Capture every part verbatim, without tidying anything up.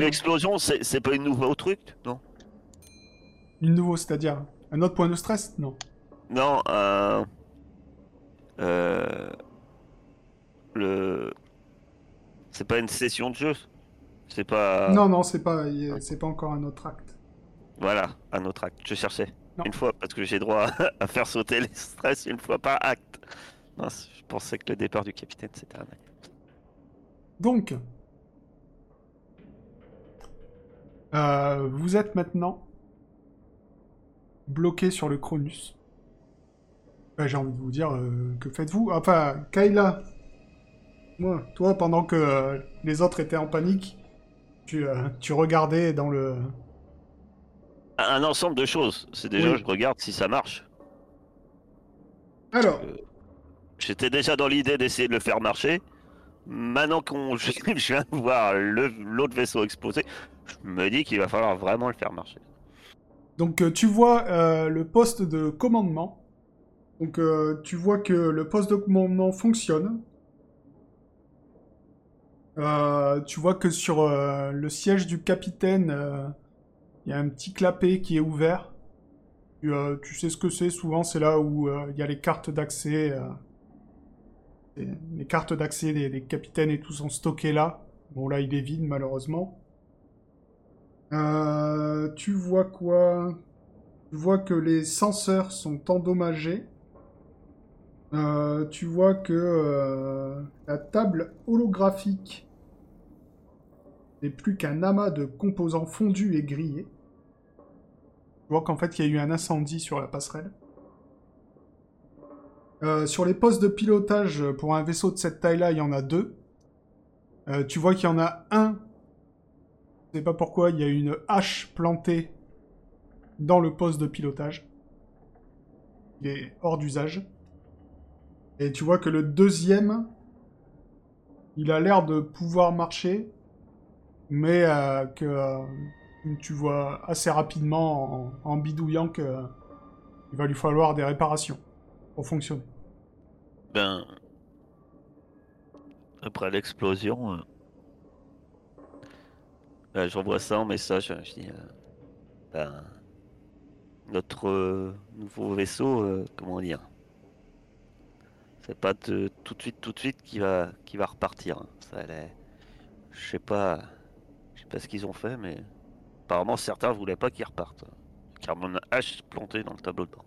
l'explosion, c'est c'est pas une nouveau truc, non? Une nouveau, c'est-à-dire un autre point de stress? Non. Non, euh, euh, le, c'est pas une session de jeu. C'est pas, Non, non, c'est pas, c'est pas encore un autre acte. voilà, un autre acte. Je cherchais Non. une fois parce que j'ai droit à faire sauter les stress une fois par acte. Mince, je pensais que le départ du capitaine c'était un acte. Donc, euh, vous êtes maintenant bloqué sur le Cronus. Bah, j'ai envie de vous dire, euh, que faites-vous? Enfin, Kayla, moi, toi, pendant que euh, les autres étaient en panique, tu, euh, tu regardais dans le... Un ensemble de choses. C'est déjà, Oui. je regarde si ça marche. Alors, Euh, J'étais déjà dans l'idée d'essayer de le faire marcher. Maintenant qu'on je je viens de voir le- l'autre vaisseau exploser, je me dis qu'il va falloir vraiment le faire marcher. donc euh, tu vois euh, le poste de commandement. Donc euh, tu vois que le poste de commandement fonctionne. Euh, tu vois que sur euh, le siège du capitaine, euh, il y a un petit clapet qui est ouvert. Tu, euh, tu sais ce que c'est, souvent c'est là où euh, il y a les cartes d'accès. euh, les, les cartes d'accès des, des capitaines et tout sont stockées là. Bon là il est vide malheureusement. Euh, tu vois quoi? Tu vois que les senseurs sont endommagés. Euh, tu vois que euh, la table holographique n'est plus qu'un amas de composants fondus et grillés. Tu vois qu'en fait, il y a eu un incendie sur la passerelle. Euh, sur les postes de pilotage, pour un vaisseau de cette taille-là, il y en a deux. Euh, tu vois qu'il y en a un, je sais pas pourquoi, il y a une hache plantée dans le poste de pilotage. Il est hors d'usage. Et tu vois que le deuxième, il a l'air de pouvoir marcher, mais euh, que euh, tu vois assez rapidement en, en bidouillant que euh, il va lui falloir des réparations pour fonctionner. Ben, après l'explosion, euh, ben, j'envoie ça en message. Je dis, euh, ben, notre euh, nouveau vaisseau, euh, comment dire, c'est pas de, tout de suite, tout de suite qui va, qui va repartir, hein. Ça allait, je sais pas, je sais pas ce qu'ils ont fait, mais apparemment certains voulaient pas qu'il reparte. Car mon hache plantée dans le tableau de bord.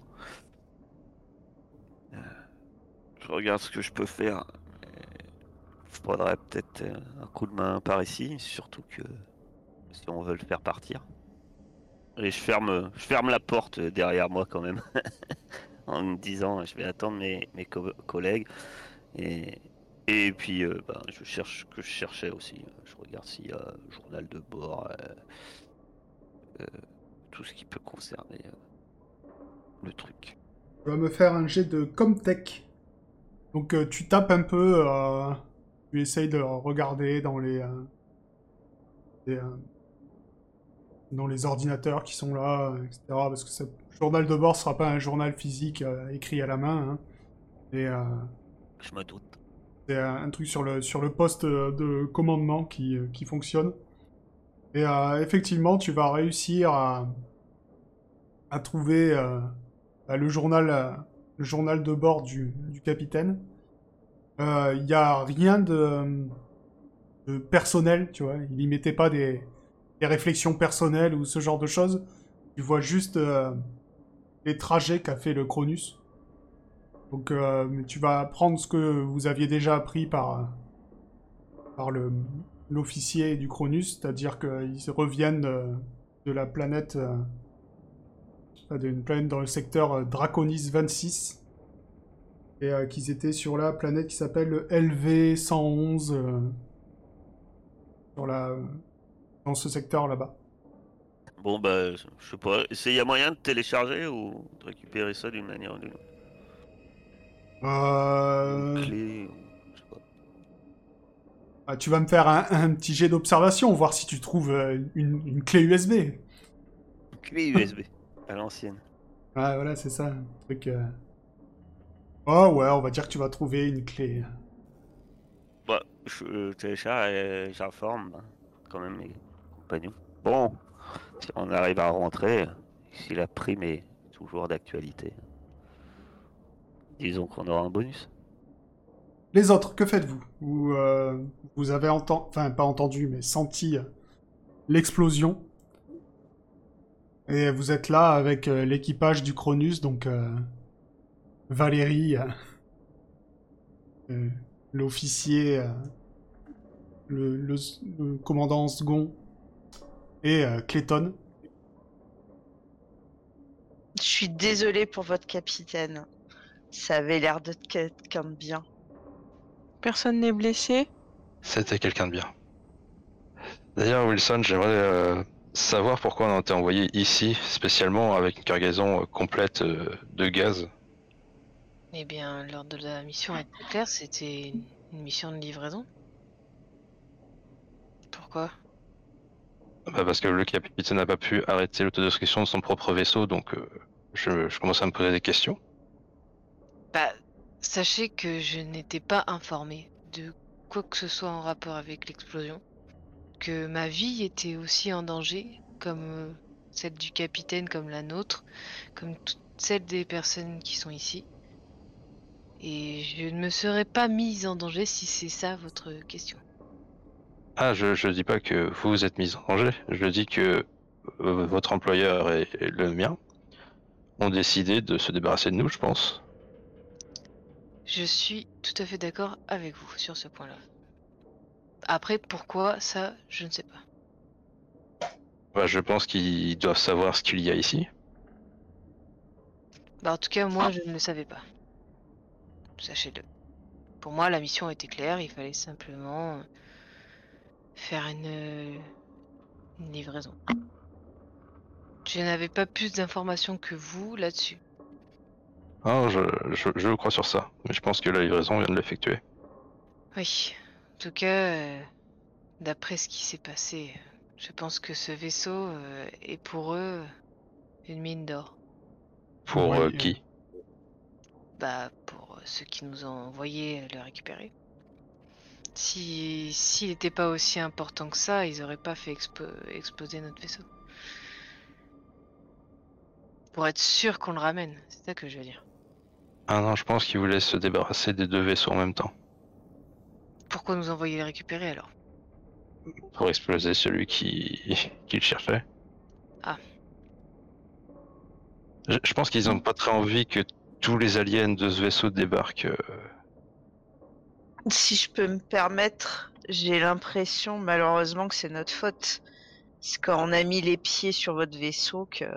Euh, Je regarde ce que je peux faire. Il faudrait peut-être euh, un coup de main par ici, surtout que si on veut le faire partir. Et je ferme, je ferme la porte derrière moi quand même, en me disant je vais attendre mes, mes co- collègues. Et, et puis euh, ben, je cherche ce que je cherchais aussi. Je regarde s'il y a journal de bord, euh, euh, tout ce qui peut concerner euh, le truc. Tu vas me faire un jet de Comtech. Donc euh, tu tapes un peu, euh, tu essayes de regarder dans les, euh, les, euh, dans les ordinateurs qui sont là, euh, et cetera. Parce que ce journal de bord sera pas un journal physique euh, écrit à la main, hein. Et euh, Je me doute. c'est un, un truc sur le, sur le poste euh, de commandement qui, euh, qui fonctionne. Et euh, effectivement, tu vas réussir à, à trouver euh, bah, le journal, euh, le journal de bord du, du capitaine. Il euh, n'y a rien de, de personnel, tu vois. Il y mettait pas des, des réflexions personnelles ou ce genre de choses. Tu vois juste euh, les trajets qu'a fait le Cronus. Donc euh, tu vas apprendre ce que vous aviez déjà appris par, par le l'officier du Cronus, c'est-à-dire qu'ils reviennent de, de la planète, euh, d'une planète dans le secteur euh, Draconis vingt-six, et euh, qu'ils étaient sur la planète qui s'appelle L V cent onze, euh, sur la, dans ce secteur là-bas. Bon bah je je sais pas. Il y a moyen de télécharger ou de récupérer ça d'une manière ou d'une autre. Ou une Euh... clé, ou je sais pas. ah, tu vas me faire un, un petit jet d'observation, voir si tu trouves euh, une, une clé U S B. Une clé U S B à l'ancienne. Ouais, voilà, c'est ça. Un truc. euh, Oh, ouais, on va dire que tu vas trouver une clé. Bah, je euh, télécharge et j'informe bah, quand même. compagnons. Bon, si on arrive à rentrer, si la prime est toujours d'actualité, disons qu'on aura un bonus. Les autres, que faites-vous vous, euh, vous avez entendu, enfin pas entendu, mais senti euh, l'explosion. Et vous êtes là avec euh, l'équipage du Cronus, donc euh, Valérie, euh, euh, l'officier, euh, le, le, le commandant second et euh, Clayton. Je suis désolée pour votre capitaine. Ça avait l'air d'être quelqu'un de bien. Personne n'est blessé? C'était quelqu'un de bien. D'ailleurs, Wilson, j'aimerais euh, savoir pourquoi on a été envoyé ici, spécialement avec une cargaison euh, complète euh, de gaz. Eh bien, l'ordre de la mission était clair, c'était une mission de livraison. Pourquoi? Bah, parce que le capitaine n'a pas pu arrêter l'autodestruction de son propre vaisseau, donc euh, je, je commence à me poser des questions. Bah, sachez que je n'étais pas informé de quoi que ce soit en rapport avec l'explosion. Que ma vie était aussi en danger, comme euh, celle du capitaine, comme la nôtre, comme toutes celles des personnes qui sont ici. Et je ne me serais pas mise en danger si c'est ça votre question. Ah, je, je dis pas que vous vous êtes mis en danger, je dis que euh, votre employeur et, et le mien ont décidé de se débarrasser de nous, je pense. Je suis tout à fait d'accord avec vous sur ce point-là. Après, pourquoi, ça, je ne sais pas. Bah, je pense qu'ils doivent savoir ce qu'il y a ici. Bah, en tout cas, moi, je ne le savais pas. Sachez-le. Pour moi, la mission était claire, il fallait simplement faire une, une livraison. Je n'avais pas plus d'informations que vous là-dessus. Ah, je, je, je vous crois sur ça, mais je pense que la livraison vient de l'effectuer. Oui. En tout cas, euh, d'après ce qui s'est passé, je pense que ce vaisseau euh, est pour eux une mine d'or. Pour Oui, euh, euh, qui? Bah, pour ceux qui nous ont envoyé le récupérer. Si s'il n'était pas aussi important que ça, ils auraient pas fait expo- exploser notre vaisseau. Pour être sûr qu'on le ramène, c'est ça que je veux dire. Ah non, je pense qu'ils voulaient se débarrasser des deux vaisseaux en même temps. Pourquoi nous envoyer les récupérer alors? Pour exploser celui qui qu'ils cherchaient. Ah. Je, je pense qu'ils ont pas très envie que tous les aliens de ce vaisseau débarquent. euh. Si je peux me permettre, j'ai l'impression malheureusement que c'est notre faute. C'est quand on a mis les pieds sur votre vaisseau que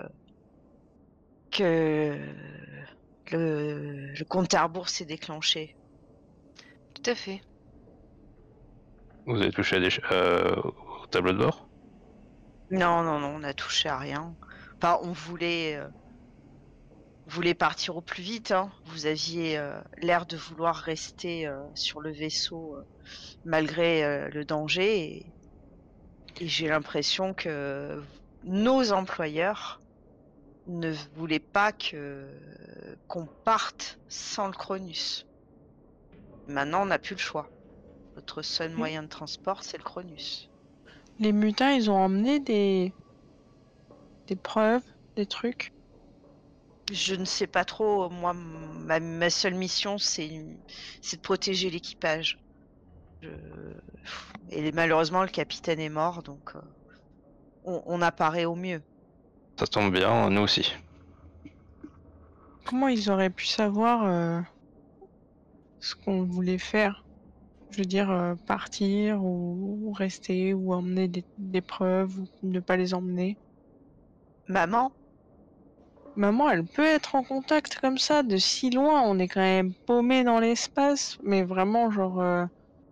que le, le compte à rebours s'est déclenché. Tout à fait. Vous avez touché à des, ch- euh, au tableau de bord? Non, non, non, on a touché à rien. Enfin, on voulait, euh, voulait partir au plus vite. Hein. Vous aviez euh, l'air de vouloir rester euh, sur le vaisseau euh, malgré euh, le danger. Et, et j'ai l'impression que nos employeurs ne voulaient pas que qu'on parte sans le Cronus. Maintenant, on n'a plus le choix. Notre seul moyen de transport, c'est le Cronus. Les mutins, ils ont emmené des... des preuves, des trucs. Je ne sais pas trop. Moi, ma, ma seule mission, c'est c'est de protéger l'équipage. Je... Et malheureusement, le capitaine est mort, donc euh, on, on apparaît au mieux. Ça tombe bien, nous aussi. Comment ils auraient pu savoir euh, ce qu'on voulait faire? Je veux dire, euh, partir ou, ou rester ou emmener des, des preuves ou ne pas les emmener. Maman, Maman, elle peut être en contact comme ça, de si loin. On est quand même paumé dans l'espace, mais vraiment, genre, euh,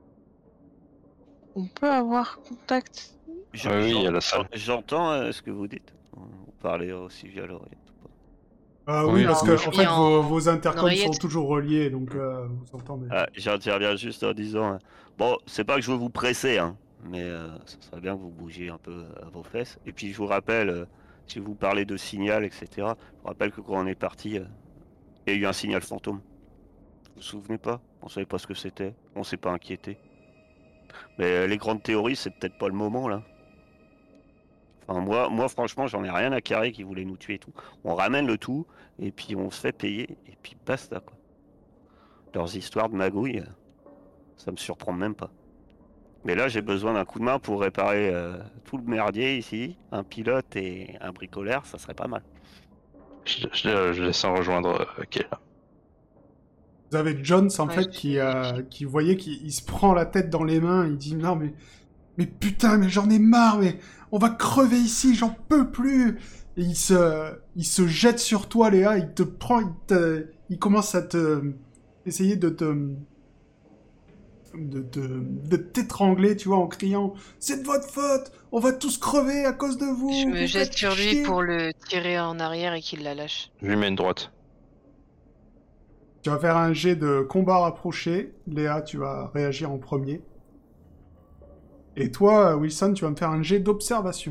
on peut avoir contact. Je- Ah oui, il y a j'en- la salle. J'entends euh, ce que vous dites. Vous parlez aussi via l'oreillette ou pas? Euh, oui, Oui, parce oui, que en oui, fait, en- vos, vos intercoms oreillette. sont toujours reliés, donc euh, vous entendez. Ah, j'interviens juste en disant euh, bon, c'est pas que je veux vous presser, hein, mais euh, ce serait bien que vous bougiez un peu à vos fesses. Et puis je vous rappelle, euh, si vous parlez de signal, et cetera, je vous rappelle que quand on est parti, euh, il y a eu un signal fantôme. Vous vous souvenez pas? On savait pas ce que c'était, on s'est pas inquiété. Mais euh, les grandes théories, c'est peut-être pas le moment là. Enfin, moi, moi franchement, j'en ai rien à carrer qui voulait nous tuer et tout. On ramène le tout, et puis on se fait payer, et puis basta, quoi. Leurs histoires de magouilles, euh, ça me surprend même pas. Mais là, j'ai besoin d'un coup de main pour réparer euh, tout le merdier ici. Un pilote et un bricolaire, ça serait pas mal. Je, je, je laisse en rejoindre euh, Kayla. Vous avez Jones, en Ouais, fait, je- qui, euh, qui voyait qu'il il se prend la tête dans les mains. Il dit, non, mais, mais putain, mais j'en ai marre, mais on va crever ici, j'en peux plus. Et il se, il se jette sur toi, Léa, il te prend, il, te, il commence à te, essayer de te, de, de, de t'étrangler, tu vois, en criant, c'est de votre faute, on va tous crever à cause de vous. Je me vous jette faites sur lui chier. pour le tirer en arrière et qu'il la lâche. Je lui mets une droite. Tu vas faire un jet de combat rapproché. Léa, tu vas réagir en premier. Et toi, Wilson, tu vas me faire un jet d'observation.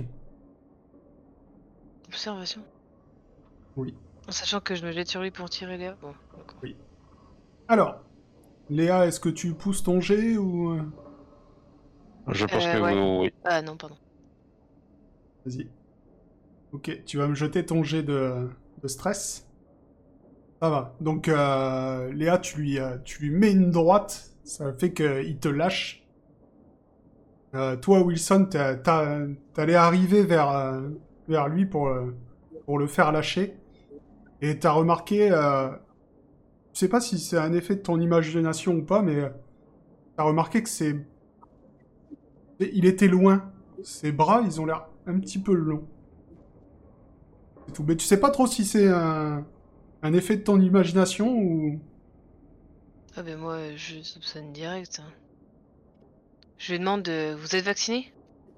Observation. Oui. En sachant que je me jette sur lui pour tirer Léa. Bon, d'accord. Alors, Léa, est-ce que tu pousses ton jet ou... euh, Je pense Euh, que ouais. vous, oui. Ah non, pardon. Vas-y. Ok, tu vas me jeter ton jet de, de stress. Ça va. Donc, euh, Léa, tu lui, euh, tu lui mets une droite. Ça fait qu'il te lâche. Euh, toi, Wilson, t'as- t'as- t'allais arriver vers, euh, vers lui pour, euh, pour le faire lâcher. Et t'as remarqué... Euh, je sais pas si c'est un effet de ton imagination ou pas, mais euh, t'as remarqué que c'est... Il était loin. Ses bras, ils ont l'air un petit peu longs. C'est tout. Mais tu sais pas trop si c'est un, un effet de ton imagination ou... Ah ben moi, je soupçonne direct. hein. Je lui demande, euh, vous êtes vacciné?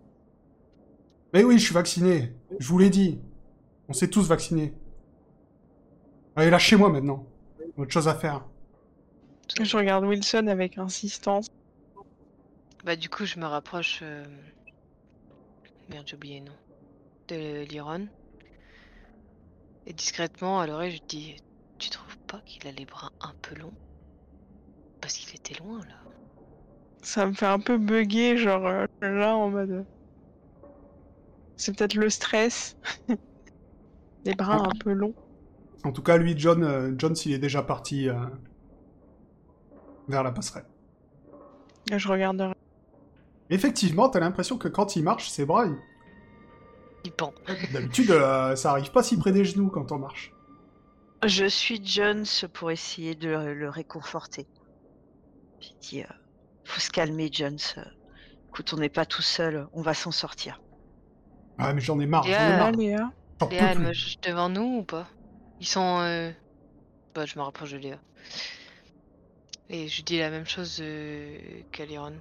Mais oui, je suis vacciné. Je vous l'ai dit. On s'est tous vaccinés. Allez, lâchez-moi maintenant. Autre chose à faire. Je regarde Wilson avec insistance. Bah du coup, je me rapproche... euh, Merde, j'ai oublié le nom. De Lyron. Et discrètement, à l'oreille, je dis, tu trouves pas qu'il a les bras un peu longs? Parce qu'il était loin, là. Ça me fait un peu bugger, genre euh, là en mode. euh, C'est peut-être le stress. Les bras un peu longs. En tout cas, lui, John, euh, John, s'il est déjà parti euh, vers la passerelle. Et je regarde. Effectivement, t'as l'impression que quand il marche, ses bras, ils- Il pend. d'habitude, euh, ça arrive pas si près des genoux quand on marche. Je suis Jones pour essayer de le, le réconforter. J'ai dit, euh, faut se calmer, Jones. Euh, Écoute, on n'est pas tout seul, on va s'en sortir. Ah, mais j'en ai marre, j'en ai Léa, marre. Là, Léa. J'en peux Léa, elle plus. me juge devant nous ou pas? Ils sont... euh, Bah, je me rapproche de Léa. Et je dis la même chose euh, qu'à Lyron.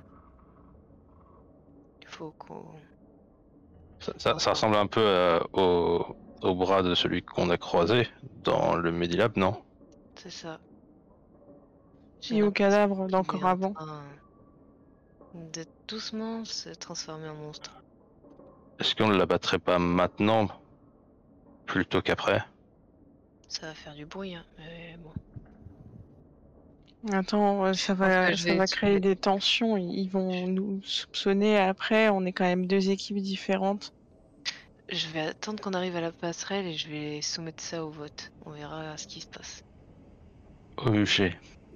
Il faut qu'on... Ça, ça- ça ressemble un peu euh, au, au bras de celui qu'on a croisé dans le Medilab, non? C'est ça. Et au cadavre qu'il d'encore est en avant. train de doucement se transformer en monstre. Est-ce qu'on ne l'abattrait pas maintenant plutôt qu'après? Ça va faire du bruit, hein, mais bon. Attends, euh, ça va, que je ça vais va essayer créer de- des tensions. Ils ils vont nous soupçonner après. On est quand même deux équipes différentes. Je vais attendre qu'on arrive à la passerelle et je vais soumettre ça au vote. On verra ce qui se passe. Au U G.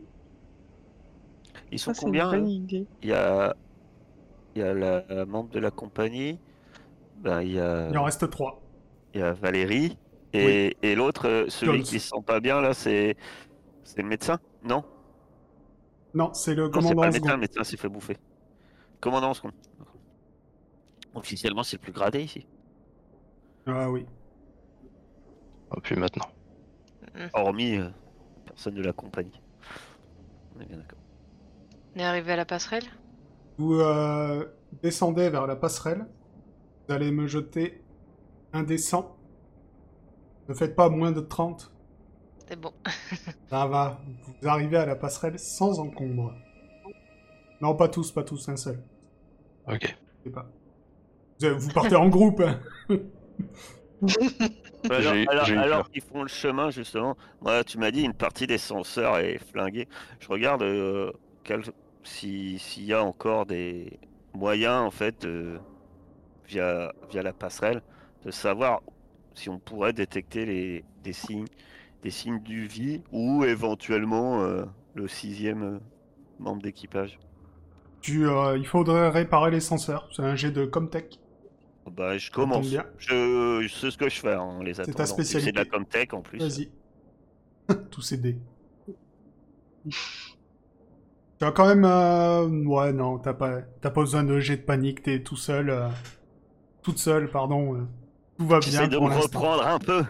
Ils sont Ça, c'est une combien bonne eux idée. Il y a, il y a la, la membre de la compagnie, ben, il y a, Il en reste trois. il y a Valérie, et, et l'autre, euh, celui Jones. qui se sent pas bien là, c'est c'est le médecin? Non? Non, c'est le Non, c'est commandant pas le en médecin, second. le médecin s'est fait bouffer. Commandant en second. Officiellement, c'est le plus gradé ici. Ah oui. Oh, puis maintenant. Hormis euh, personne de la compagnie. On est bien d'accord. On est arrivé à la passerelle? Vous euh, descendez vers la passerelle. Vous allez me jeter un dé cent. Ne faites pas moins de trente. C'est bon. Ça va. Vous arrivez à la passerelle sans encombre. Non, pas tous, pas tous, un seul. Ok. Je sais pas. Vous, vous partez en groupe, hein. Alors, J'ai- alors, j'ai eu alors peur. qu'ils font le chemin, justement. Moi, tu m'as dit une partie des senseurs est flinguée. Je regarde euh, quel- si- s'il y a encore des moyens, en fait, de- via, via la passerelle, de savoir si on pourrait détecter les, des signes, des signes du vie ou éventuellement euh, le sixième euh, membre d'équipage. Tu, euh, il faudrait réparer les senseurs. C'est un jet de Comtech. Bah, je Ça tombe commence. bien. Je, je sais ce que je fais en les C'est attendant. ta Et C'est de la spécialité. Comtech en plus. Vas-y. Tous ces dés. Tu as quand même... euh, Ouais, non, t'as pas... t'as pas besoin de jet de panique. T'es tout seul. euh, Toute seule, pardon. euh, Tout va bien J'essaie de pour me l'instant. reprendre un peu.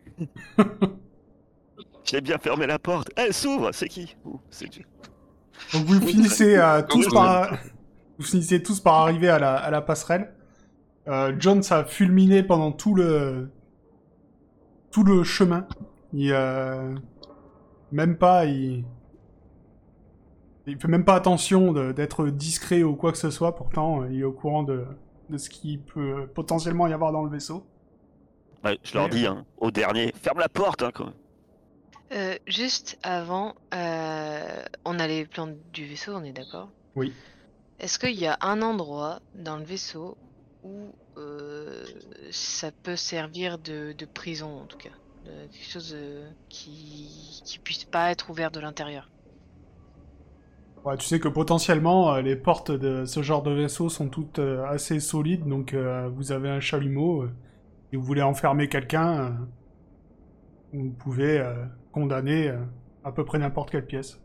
J'ai bien fermé la porte. Elle s'ouvre. C'est qui? Ouh, c'est Dieu. Donc vous finissez euh, tous Oui, par... Vous finissez tous par arriver à la, à la passerelle. Euh, Jones a fulminé pendant tout le... tout le chemin. Il... Euh... Même pas... Il... Il fait même pas attention de- d'être discret ou quoi que ce soit. Pourtant, euh, il est au courant de, de ce qu'il peut potentiellement y avoir dans le vaisseau. Ouais, je leur Ouais. dis hein, au dernier, ferme la porte hein, quand même. Euh, juste avant, euh, on a les plans du vaisseau, on est d'accord? Oui. Est-ce qu'il y a un endroit dans le vaisseau où euh, ça peut servir de, de prison, en tout cas? De- quelque chose euh, qui qui puisse pas être ouvert de l'intérieur? Ouais, tu sais que potentiellement, euh, les portes de ce genre de vaisseau sont toutes euh, assez solides, donc euh, vous avez un chalumeau. Euh, si vous voulez enfermer quelqu'un, euh, vous pouvez euh, condamner euh, à peu près n'importe quelle pièce.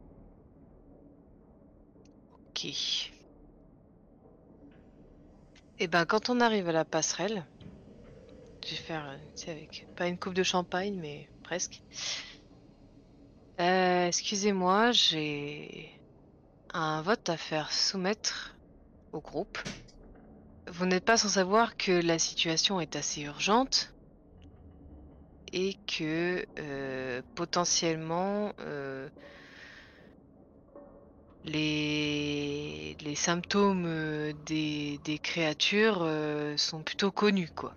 Ok. Et ben, quand on arrive à la passerelle, je vais faire, euh, tu sais, avec pas une coupe de champagne, mais presque. Euh, excusez-moi, j'ai un vote à faire soumettre au groupe. Vous n'êtes pas sans savoir que la situation est assez urgente et que euh, potentiellement euh, les, les symptômes euh, des, des créatures euh, sont plutôt connus, quoi.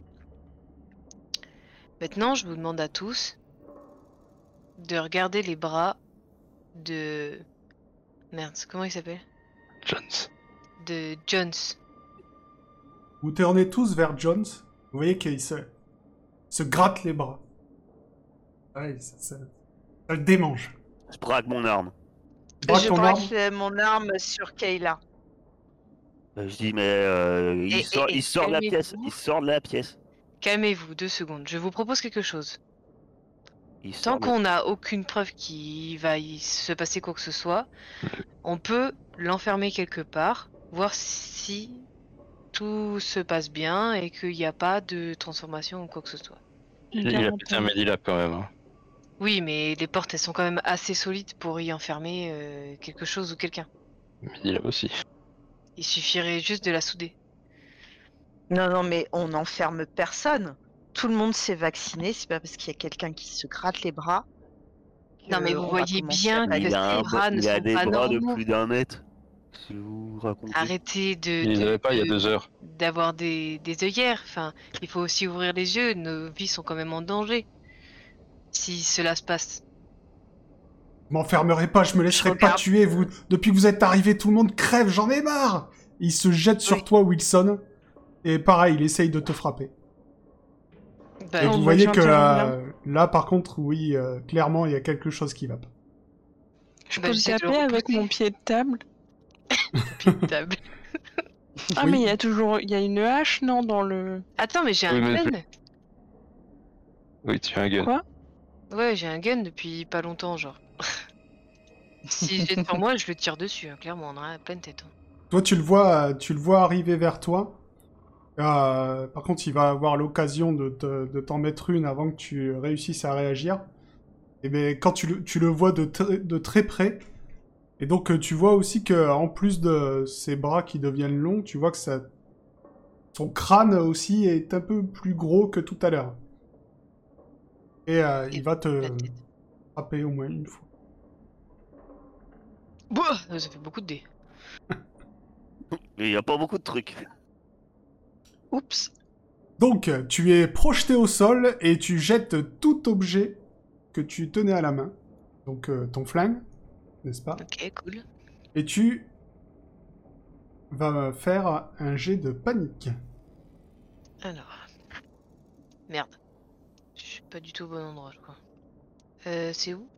Maintenant, je vous demande à tous de regarder les bras de... Merde, comment il s'appelle? Jones. De Jones. Vous tournez tous vers Jones. Vous voyez qu'il se, se gratte les bras. Ouais, ça, ça, ça le démange. Je braque mon arme. Tu braques Je ton braque arme. euh, mon arme sur Kayla. Euh, Je dis mais euh, il Et- sort, et- et il sort de la pièce, calmez-vous. il sort de la pièce. Calmez-vous, deux secondes. Je vous propose quelque chose. Il sort Tant de- qu'on n'a aucune preuve qu'il va y se passer quoi que ce soit, on peut l'enfermer quelque part, voir si tout se passe bien et qu'il n'y a pas de transformation ou quoi que ce soit. J'ai Il bien a pété un entendu. Medilab quand même. Hein. Oui, mais les portes, elles sont quand même assez solides pour y enfermer euh, quelque chose ou quelqu'un. Medilab aussi. Il suffirait juste de la souder. Non, non, mais on n'enferme personne. Tout le monde s'est vacciné. C'est pas parce qu'il y a quelqu'un qui se gratte les bras. Non, mais que vous on va voyez commencer bien à que il ces a, un, bras ne il a sont des pas bras de normaux. plus d'un mètre. Si vous racontez. Arrêtez de, Il les de- avait pas il y a de- deux heures. d'avoir des, des œillères. Enfin, il faut aussi ouvrir les yeux. Nos vies sont quand même en danger. Si cela se passe. Je m'enfermerai pas, je me laisserai Je pas regarde. tuer. Vous, depuis que vous êtes arrivé, tout le monde crève. J'en ai marre. Il se jette sur Oui. toi, Wilson. Et pareil, il essaye de te frapper. Bah, Et Non, vous moi, voyez j'en que sais là, rien. là, par contre, oui, euh, clairement, il y a quelque chose qui va pas. Je bah, peux le j'essaie de le taper avec repousser. mon pied de table. Pied de table. Ah, Oui. mais il y a toujours... Il y a une hache, non, dans le... Attends, mais j'ai Oui, un mais- gun. Oui, tu as un gun. Quoi? Ouais, j'ai un gun depuis pas longtemps, genre. Si j'ai sur moi, je le tire dessus, hein, clairement, on a pleine tête. hein. Toi, tu le vois, euh, tu le vois arriver vers toi. Euh, par contre, il va avoir l'occasion de, te- de t'en mettre une avant que tu réussisses à réagir. Et bien, quand tu le, tu le vois de, tr- de très près, et donc euh, tu vois aussi que en plus de ses bras qui deviennent longs, tu vois que ça, son crâne aussi est un peu plus gros que tout à l'heure. Et euh, Et il va te la tête. frapper au moins une fois. Bouah, ça fait beaucoup de dés. Il n'y a pas beaucoup de trucs. Oups. Donc, tu es projeté au sol et tu jettes tout objet que tu tenais à la main. Donc, euh, ton flingue, n'est-ce pas? Ok, cool. Et tu vas faire un jet de panique. Alors. Merde. Je suis pas du tout au bon endroit, je crois. Euh, c'est où?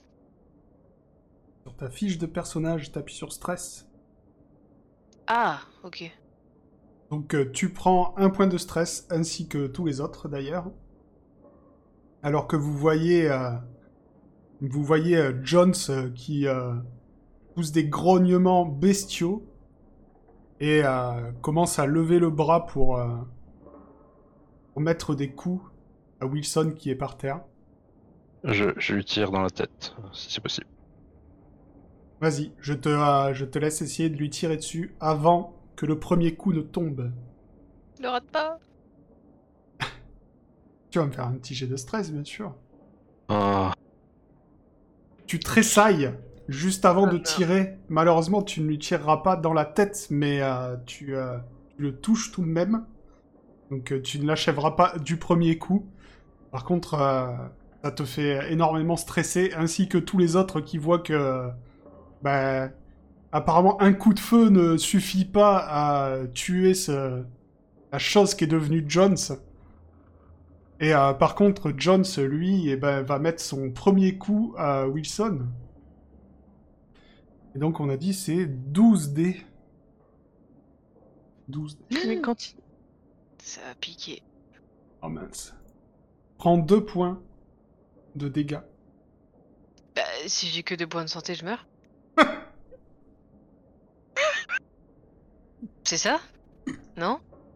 Sur ta fiche de personnage, t'appuies sur stress. Ah, ok. Donc euh, tu prends un point de stress, ainsi que tous les autres d'ailleurs. Alors que vous voyez, euh, vous voyez euh, Jones euh, qui euh, pousse des grognements bestiaux et euh, commence à lever le bras pour, euh, pour mettre des coups à Wilson qui est par terre. Je, je lui tire dans la tête, si c'est possible. Vas-y, je te, euh, je te laisse essayer de lui tirer dessus avant que le premier coup ne tombe. Ne rate pas. Tu vas me faire un petit jet de stress, bien sûr. Ah, Tu tressailles juste avant Ah, de non. tirer. Malheureusement, tu ne lui tireras pas dans la tête, mais euh, tu, euh, tu le touches tout de même. Donc euh, tu ne l'achèveras pas du premier coup. Par contre, euh, ça te fait énormément stresser, ainsi que tous les autres qui voient que... Bah, apparemment, un coup de feu ne suffit pas à tuer ce... la chose qui est devenue Jones. Et euh, par contre, Jones, lui, eh ben, va mettre son premier coup à Wilson. Et donc, on a dit c'est douze dés. douze dés. Mais quand il... Ça a piqué. Oh mince. Prends deux points de dégâts. Bah, si j'ai que deux points de santé, je meurs. C'est ça? Non?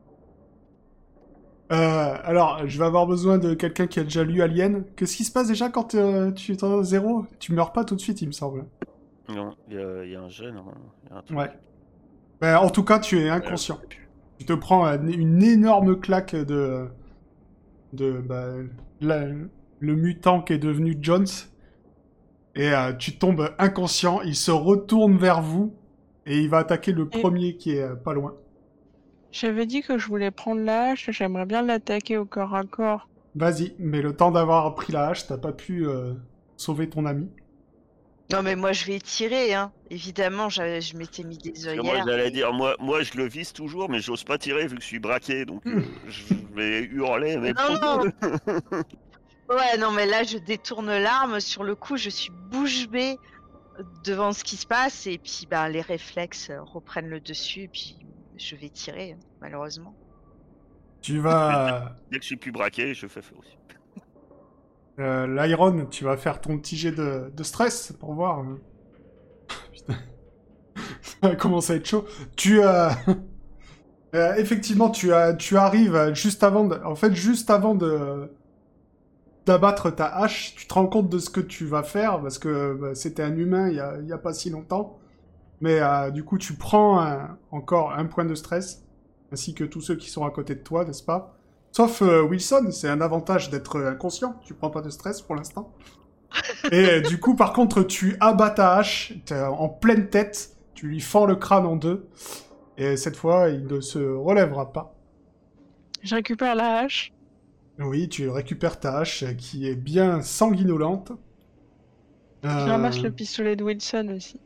Euh, alors, je vais avoir besoin de quelqu'un qui a déjà lu Alien. Qu'est-ce qui se passe déjà quand euh, tu es à zéro? Tu meurs pas tout de suite, il me semble. Non, il y, a- il y a un gène, hein, il y a un truc. Ouais. Ben, en tout cas, tu es inconscient. Tu te prends euh, une énorme claque de... de bah, la- le mutant qui est devenu Jones. Et euh, tu tombes inconscient. Il se retourne vers vous. Et il va attaquer le Et- premier qui est euh, pas loin. J'avais dit que je voulais prendre la hache, j'aimerais bien l'attaquer au corps à corps. Vas-y, mais le temps d'avoir pris la hache, t'as pas pu euh, sauver ton ami. Non, mais moi, je vais tirer, hein. Évidemment, j'avais- je m'étais mis des Parce que moi, œillères. j'allais dire, moi, moi, je le vise toujours, mais j'ose pas tirer vu que je suis braqué, donc euh, je vais hurler, mais Non, non. prends-le. Ouais, non, mais là, je détourne l'arme. Sur le coup, je suis bouche bée devant ce qui se passe. Et puis, bah, les réflexes euh, reprennent le dessus. Et puis, je vais tirer, hein, malheureusement. Tu vas... Dès que je suis plus braqué, je fais feu aussi. Euh, Lyron, tu vas faire ton petit jet de, de stress pour voir. euh. Putain. Ça va commencer à être chaud. Tu as... Euh, effectivement, tu, as, tu arrives juste avant de... En fait, juste avant de... d'abattre ta hache, tu te rends compte de ce que tu vas faire, parce que bah, c'était un humain il y a, il y a pas si longtemps. Mais euh, du coup, tu prends un- encore un point de stress, ainsi que tous ceux qui sont à côté de toi, n'est-ce pas? Sauf euh, Wilson, c'est un avantage d'être inconscient, tu prends pas de stress pour l'instant. Et euh, du coup, par contre, tu abats ta hache t'es en pleine tête, tu lui fends le crâne en deux, et cette fois, il ne se relèvera pas. Je récupère la hache. Oui, tu récupères ta hache euh, qui est bien sanguinolente. Je Euh, ramasse le pistolet de Wilson aussi.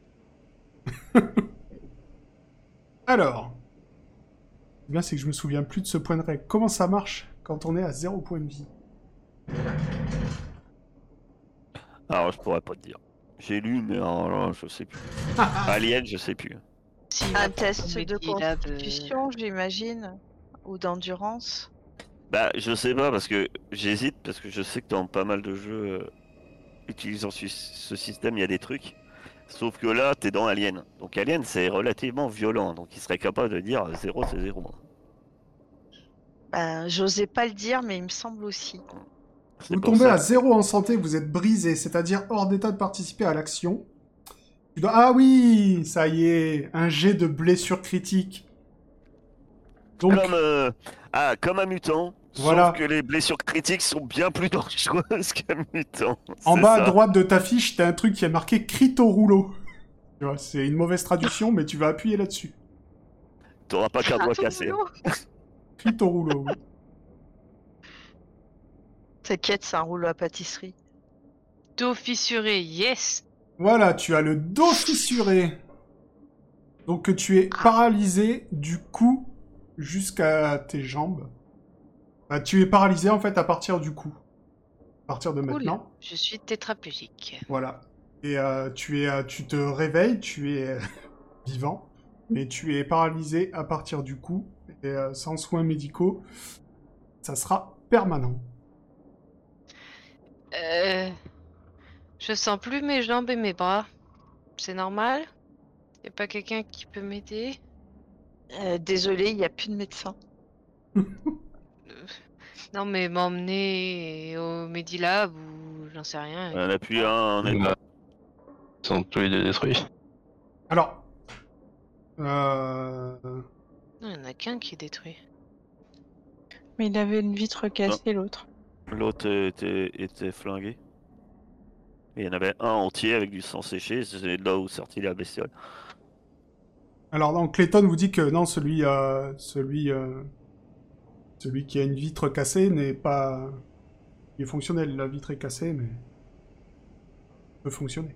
Alors, le bien c'est que je me souviens plus de ce point de règle. Comment ça marche quand on est à zéro point de vie? Alors, je pourrais pas te dire. J'ai lu, mais alors là, je sais plus. Alien, je sais plus. Si, Un ouais, test comme de Lady Lab, euh, constitution, j'imagine. Ou d'endurance. Bah, je sais pas, parce que j'hésite, parce que je sais que dans pas mal de jeux euh, utilisant ce, ce système, il y a des trucs. Sauf que là, t'es dans Alien. Donc Alien, c'est relativement violent, donc il serait capable de dire zéro, c'est zéro. Ben, j'osais pas le dire, mais il me semble aussi. C'est Vous pour tombez ça à que- zéro en santé, vous êtes brisé, c'est-à-dire hors d'état de participer à l'action. Tu dois... Ah oui, ça y est, un jet de blessure critique. Donc, Comme, euh, ah, comme un mutant, Voilà. sauf que les blessures critiques sont bien plus dangereuses qu'un mutant. en C'est bas ça. à droite de ta fiche, t'as un truc qui est marqué crit au rouleau. Tu vois, c'est une mauvaise traduction, mais tu vas appuyer là-dessus. T'auras pas qu'un doigt Ah, ton cassé. hein. boulot. Crit au rouleau, oui. T'inquiète, c'est un rouleau à pâtisserie. dos fissuré, yes! Voilà, tu as le dos fissuré. Donc tu es paralysé du cou jusqu'à tes jambes. Bah, tu es paralysé en fait à partir du coup. À partir de Cool. maintenant. Je suis tétraplégique. Voilà. Et euh, tu, es, euh, tu te réveilles, tu es euh, vivant, mais tu es paralysé à partir du coup. Et euh, sans soins médicaux, ça sera permanent. Euh... Je sens plus mes jambes et mes bras. C'est normal? Y a pas quelqu'un qui peut m'aider? Euh, désolé, il n'y a plus de médecin. Non, mais m'emmener au Medilab ou j'en sais rien. On a plus un en Bah, état. Ils sont tous les deux détruits. Alors, euh... Non, il y en a qu'un qui est détruit. Mais il avait une vitre cassée, l'autre. L'autre était, était flingué. Et il y en avait un entier avec du sang séché, c'est là où sortit la bestiole. alors donc Clayton vous dit que non, celui, euh, celui, euh, celui qui a une vitre cassée n'est pas, il est fonctionnel. La vitre est cassée, mais peut fonctionner.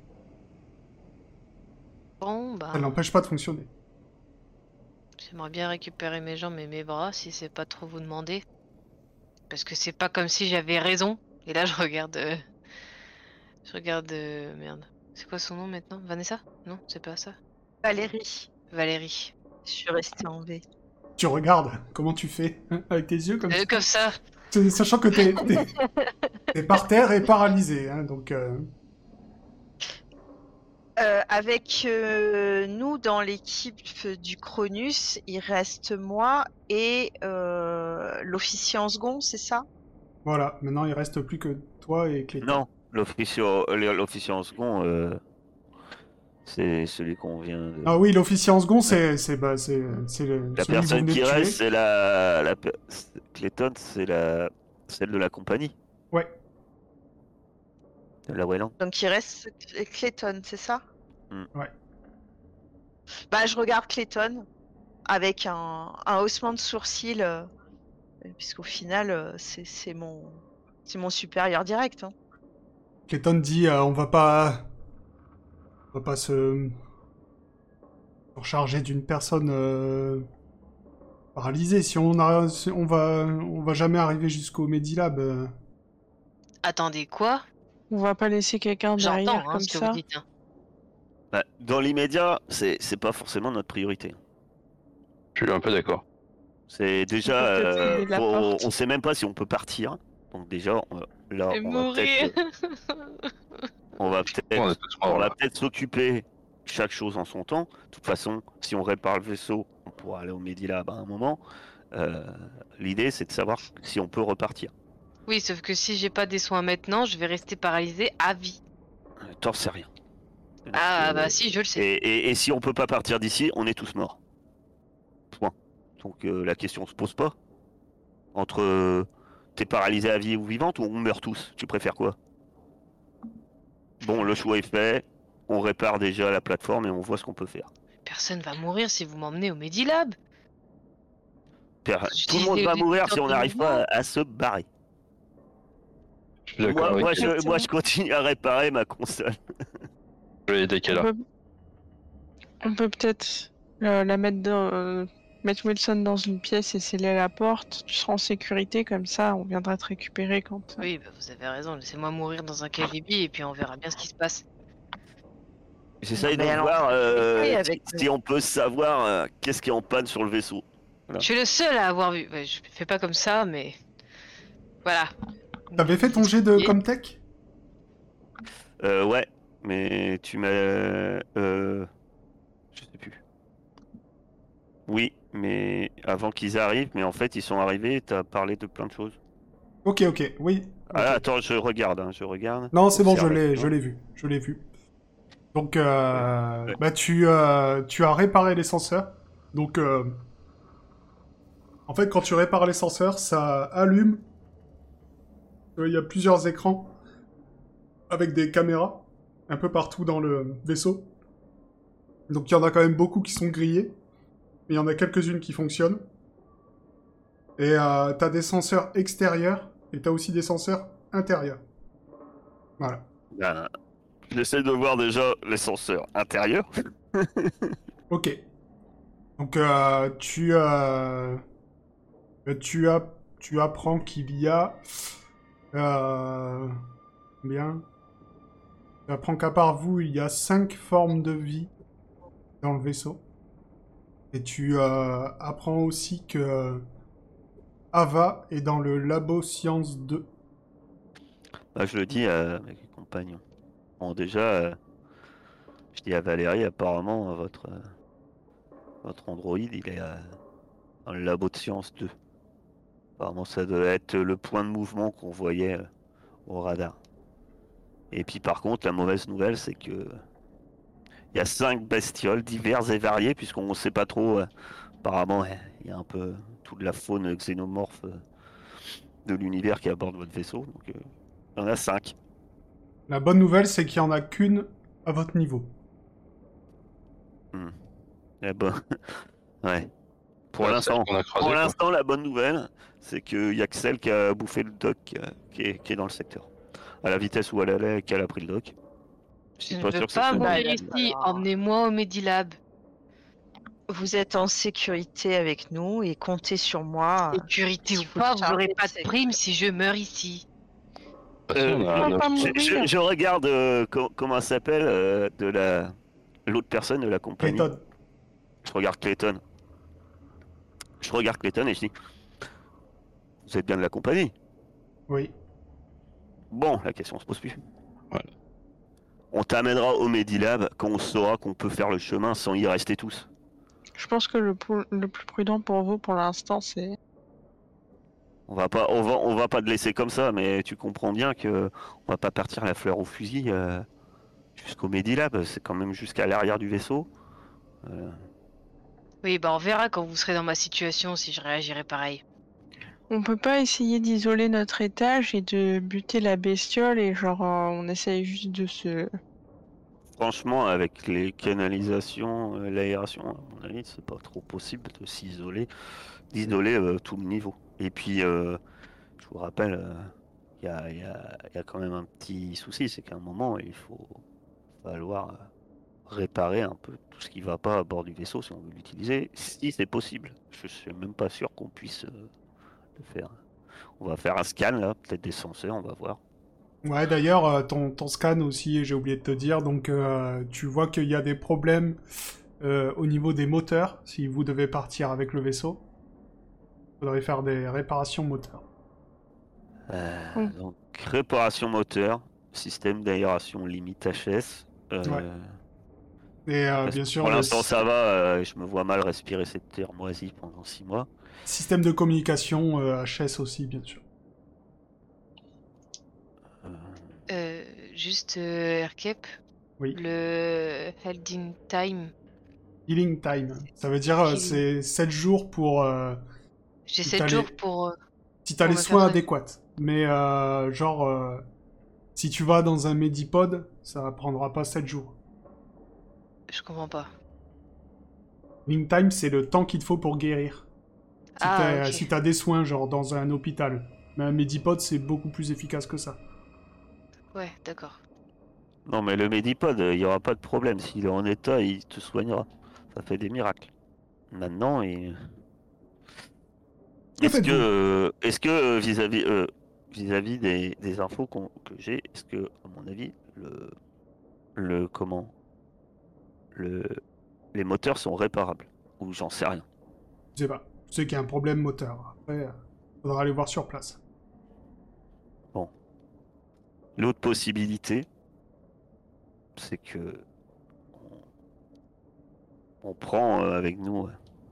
Bon, bah, Elle n'empêche pas de fonctionner. j'aimerais bien récupérer mes jambes et mes bras si c'est pas trop vous demander. Parce que c'est pas comme si j'avais raison. Et là, je regarde. euh, Je regarde. euh, Merde. C'est quoi son nom maintenant? Vanessa? Non, c'est pas ça. Valérie, Valérie. je suis restée en V. Tu regardes, comment tu fais hein, avec tes yeux comme Euh, ça. comme ça. C'est- Sachant que t'es, t'es, t'es par terre et paralysé, hein, donc. Euh... Euh, avec euh, nous dans l'équipe du Cronus, il reste moi et euh, l'officier en second, c'est ça? Voilà, maintenant il reste plus que toi et Clayton. Non, l'officier euh, l'officier en second, euh, c'est celui qu'on vient de... Ah oui, l'officier en second, c'est, c'est, bah, c'est, c'est le, La celui que vous personne venez qui de tuer. reste, c'est la... la... pe- Clayton, c'est la... celle de la compagnie, Ouais. de la Wayland. Donc il reste Clayton, c'est ça? Mm. Ouais. Bah je regarde Clayton avec un, un haussement de sourcil, euh, puisqu'au final euh, c'est, c'est mon c'est mon supérieur direct. Hein. Clayton dit euh, on va pas. On va pas se. recharger d'une personne euh, paralysée. Si on, a, si on, va, on va jamais arriver jusqu'au Medilab. euh. Attendez, quoi? On va pas laisser quelqu'un derrière J'entends hein, comme ce que ça. vous dites. Hein. Bah, dans l'immédiat, c'est c'est pas forcément notre priorité. Je suis un peu d'accord. C'est déjà... On peut peut-être euh, vider la pour- porte. on sait même pas si on peut partir. Donc déjà, on va- là, Et on va mourir. peut-être... On va On peut-être est tous morts on va là. peut-être s'occuper chaque chose en son temps. De toute façon, si on répare le vaisseau, on pourra aller au Medilab à un moment. Euh, L'idée, c'est de savoir si on peut repartir. Oui, sauf que si j'ai pas des soins maintenant, je vais rester paralysée à vie. Euh, T'en sais rien. Donc, Ah euh, bah si, je le sais. et, et- et si on peut pas partir d'ici, on est tous morts. Point. Donc euh, la question se pose pas. Entre euh, t'es paralysé à vie ou vivante ou on meurt tous, tu préfères quoi? Bon, le choix est fait. On répare déjà la plateforme et on voit ce qu'on peut faire. Personne va mourir si vous m'emmenez au Medilab. Per- Je Tout le monde disais va au mourir détecteur si on de n'arrive pas mouvement. à, à se barrer. Je suis d'accord Moi, avec moi, elle. je, moi, je continue à réparer ma console. Je vais aider qu'elle On a. peut, on peut peut-être euh, la mettre dans, euh, mettre Wilson dans une pièce et sceller la porte. Tu seras en sécurité, comme ça on viendra te récupérer quand. Oui, bah vous avez raison. Laissez-moi mourir dans un K G B et puis on verra bien ce qui se passe. J'essaye de mais alors, voir euh, essaye si, avec si on peut savoir euh, qu'est-ce qui est en panne sur le vaisseau. Voilà. Je suis le seul à avoir vu. Ouais, je fais pas comme ça, mais voilà. T'avais fait ton jet de Et- Comtech? Euh, ouais, mais tu m'as... Euh, je sais plus. Oui, mais avant qu'ils arrivent, mais en fait ils sont arrivés, t'as parlé de plein de choses. Ok, ok, oui. ok. Ah, attends, je regarde, hein, je regarde. Non, c'est bon, je Observe, l'ai, non je l'ai vu, je l'ai vu. Donc, euh, Ouais, ouais. bah tu, euh, tu as réparé l'ascenseur. Donc, euh, en fait, quand tu répares l'ascenseur, ça allume. Euh, Il y a plusieurs écrans avec des caméras un peu partout dans le vaisseau. Donc, il y en a quand même beaucoup qui sont grillés, mais il y en a quelques-unes qui fonctionnent. Et euh, t'as des senseurs extérieurs et t'as aussi des senseurs intérieurs. Voilà. Ben, j'essaie de voir déjà l'ascenseur intérieur. Ok. Donc, euh, tu, euh, tu as, tu apprends qu'il y a... Euh, bien. Tu apprends qu'à part vous, il y a cinq formes de vie dans le vaisseau. Et tu euh, apprends aussi que Ava est dans le labo Science deux. Bah, je le dis à mes compagnons. Bon, déjà, euh, je dis à Valérie, apparemment, euh, votre, euh, votre androïde, il est euh, dans le labo de science deux. Apparemment, ça doit être le point de mouvement qu'on voyait euh, au radar. Et puis, par contre, la mauvaise nouvelle, c'est que il y a cinq bestioles diverses et variées, puisqu'on ne sait pas trop. euh, apparemment, ouais, il y a un peu toute la faune xénomorphe euh, de l'univers qui aborde votre vaisseau. Donc, euh, il y en a cinq. La bonne nouvelle, c'est qu'il n'y en a qu'une à votre niveau. Hmm. Eh ben, ouais. Pour Bah, l'instant, celle qu'on a croisée, pour quoi. l'instant, la bonne nouvelle, c'est qu'il y a que celle qui a bouffé le doc euh, qui, est, qui est dans le secteur. À la vitesse où elle allait, qu'elle a pris le doc. Je Je suis ne pas veux sûr que ce pas soit une mourir bonne Bah, nouvelle. ici. alors, Emmenez-moi au Medilab. vous êtes en sécurité avec nous et comptez sur moi. euh, Sécurité si ou vous pas, vous chargez n'aurez de pas de secteur. prime si je meurs ici. De toute façon, on a Euh, un On va pas autre- je, mourir. je- je regarde euh, co- comment elle s'appelle euh, de la l'autre personne de la compagnie. Clayton. Je regarde Clayton. Je regarde Clayton et je dis, vous êtes bien de la compagnie? Oui. Bon, la question se pose plus. Voilà. On t'amènera au Medilab quand on saura qu'on peut faire le chemin sans y rester tous. Je pense que le, pou- le plus prudent pour vous pour l'instant, c'est... On va pas, on va, on va pas te laisser comme ça, mais tu comprends bien que on va pas partir la fleur au fusil euh, jusqu'au Medilab. C'est quand même jusqu'à l'arrière du vaisseau. Euh, Oui, bah on verra quand vous serez dans ma situation si je réagirai pareil. On peut pas essayer d'isoler notre étage et de buter la bestiole et genre euh, on essaye juste de se... franchement, avec les canalisations, euh, l'aération, à mon avis, c'est pas trop possible de s'isoler, d'isoler euh, tout le niveau. Et puis, euh, je vous rappelle, euh, il y a, y a- y a quand même un petit souci, c'est qu'à un moment, il faut falloir euh, réparer un peu tout ce qui va pas à bord du vaisseau si on veut l'utiliser, si c'est possible. Je suis même pas sûr qu'on puisse euh, le faire. On va faire un scan là, peut-être des senseurs, on va voir. Ouais, d'ailleurs, euh, ton, ton scan aussi, j'ai oublié de te dire, donc euh, tu vois qu'il y a des problèmes euh, au niveau des moteurs, si vous devez partir avec le vaisseau. Il faudrait faire des réparations moteurs. Euh, Mm. donc réparation moteur, système d'aération limite H S. Euh, Ouais. Et euh, parce bien que sûr, pour le l'instant sy- ça va, euh, je me vois mal respirer cette terre moisie pendant six mois. système de communication euh, H S aussi, bien sûr. Euh, Euh, juste euh, Aircap, Oui. le Helding Time, Healing time. Ça veut dire euh, Healing. c'est sept jours pour... euh, j'ai Si sept t'as jours les- pour... euh, si t'as Pour les me faire soins soigner. adéquats. Mais euh, genre, euh, si tu vas dans un Medipod, ça prendra pas sept jours. Je comprends pas. Healing time, c'est le temps qu'il te faut pour guérir. Si Ah, t'as ok. si t'as des soins, genre dans un hôpital. Mais un Medipod, c'est beaucoup plus efficace que ça. Ouais, d'accord. Non mais le Medipod, il n'y aura pas de problème. S'il est en état, il te soignera. Ça fait des miracles. Maintenant, il... Que est-ce que, faites-vous euh, est-ce que euh, vis-à-vis euh, vis-à-vis des, des infos qu'on- que j'ai, est-ce que, à mon avis, le, le comment, le, les moteurs sont réparables? Ou j'en sais rien. Je sais pas. Je sais qu'il y a un problème moteur. Après, euh, faudra aller voir sur place. Bon. L'autre possibilité, c'est que on, on prend euh, avec nous euh,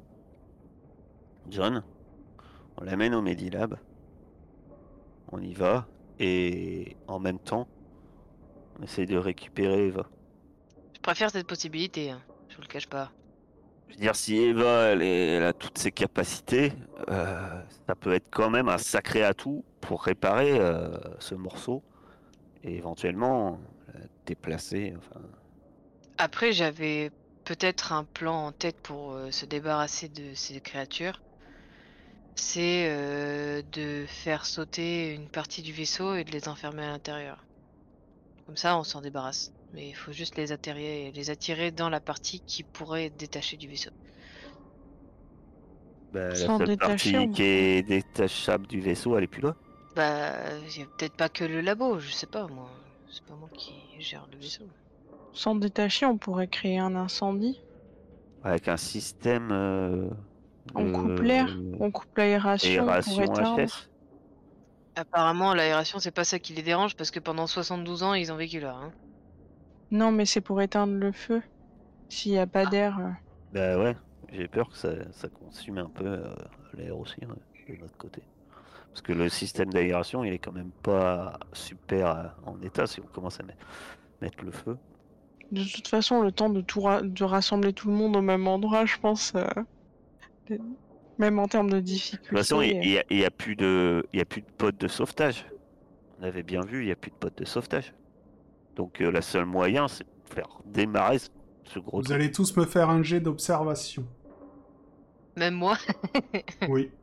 John, on l'amène au Medilab, on y va, et en même temps, on essaye de récupérer Eva. Je préfère cette possibilité, hein. Je vous le cache pas. Je veux dire, si Eva, elle, est- elle a toutes ses capacités, euh, ça peut être quand même un sacré atout pour réparer euh, ce morceau et éventuellement la déplacer. Enfin, Après, j'avais peut-être un plan en tête pour euh, se débarrasser de ces créatures. C'est euh, de faire sauter une partie du vaisseau et de les enfermer à l'intérieur. Comme ça, on s'en débarrasse. Mais il faut juste les attirer, les attirer dans la partie qui pourrait être détachée du vaisseau. Bah, la Sans seule détacher, partie on- qui est détachable du vaisseau, elle est plus là. Bah, y a peut-être pas que le labo, je sais pas moi. C'est pas moi qui gère le vaisseau. Sans détacher, on pourrait créer un incendie. Avec un système euh, On coupe de l'air, on coupe l'aération pour aération éteindre. H S. Apparemment, l'aération, c'est pas ça qui les dérange parce que pendant soixante-douze ans, ils ont vécu là. Hein. Non, mais c'est pour éteindre le feu. S'il n'y a pas d'air. euh. Bah ouais, j'ai peur que ça, ça consume un peu euh, l'air aussi hein, de notre côté. Parce que le système d'aération, il est quand même pas super euh, en état si on commence à met- mettre le feu. De toute façon, le temps de, tout ra- de rassembler tout le monde au même endroit, je pense, euh, de- même en termes de De difficulté. toute façon, il euh, n'y a, il y a plus de, il y a plus de pods de sauvetage. On avait bien vu, il n'y a plus de pods de sauvetage. Donc euh, le seul moyen, c'est de faire démarrer ce, ce gros Vous truc. allez tous me faire un jet d'observation. Même moi. Oui.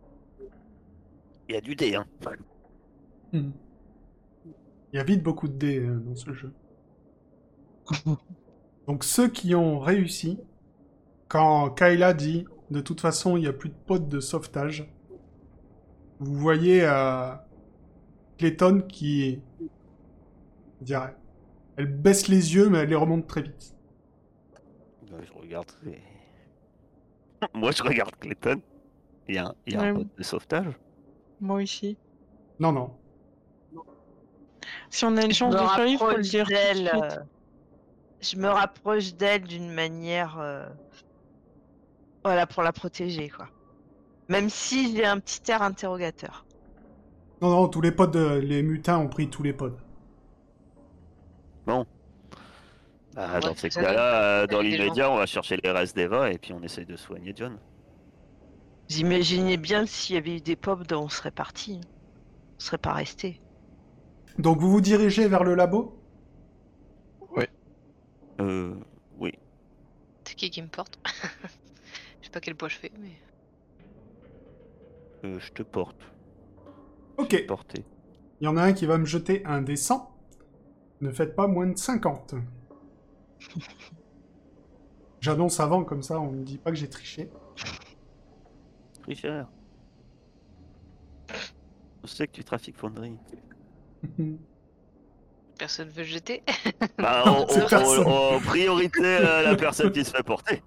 Il y a du dé, hein. Hmm. Il y a vite beaucoup de dés euh, dans ce jeu. Donc ceux qui ont réussi, quand Kayla dit « De toute façon, il n'y a plus de potes de sauvetage », vous voyez euh, Clayton qui... je dirais, elle baisse les yeux, mais elle les remonte très vite. Ouais, je regarde. et- Moi, je regarde Clayton. Il y a un, il y a un Ouais. pod de sauvetage. Moi aussi. Non, non. Si on a une Je chance me de survivre, faut le rapproche dire tout de d'elle. suite. euh, Je me rapproche d'elle d'une manière, euh, voilà, pour la protéger, quoi. Même si j'ai un petit air interrogateur. Non, non, tous les pods, de... les mutins ont pris tous les pods. Bon. Bah, Ouais, dans ces ça cas-là, euh, donne- dans des gens. l'immédiat, on va chercher les restes d'Eva et puis on essaye de soigner John. Vous imaginez bien que s'il y avait eu des pop, on serait parti. On serait pas resté. Donc vous vous dirigez vers le labo? Euh, oui. C'est qui qui me porte? Je sais pas quel poids je fais, mais. Euh, je te porte. Ok. Porté. Il y en a un qui va me jeter un des cent. Ne faites pas moins de cinquante. J'annonce avant, comme ça, on ne dit pas que j'ai triché. Tricheur. Je sais que tu trafiques Fonderie. Personne veut le jeter. Bah, Non, on, c'est on- personne. on- en priorité, euh, la personne qui se fait porter.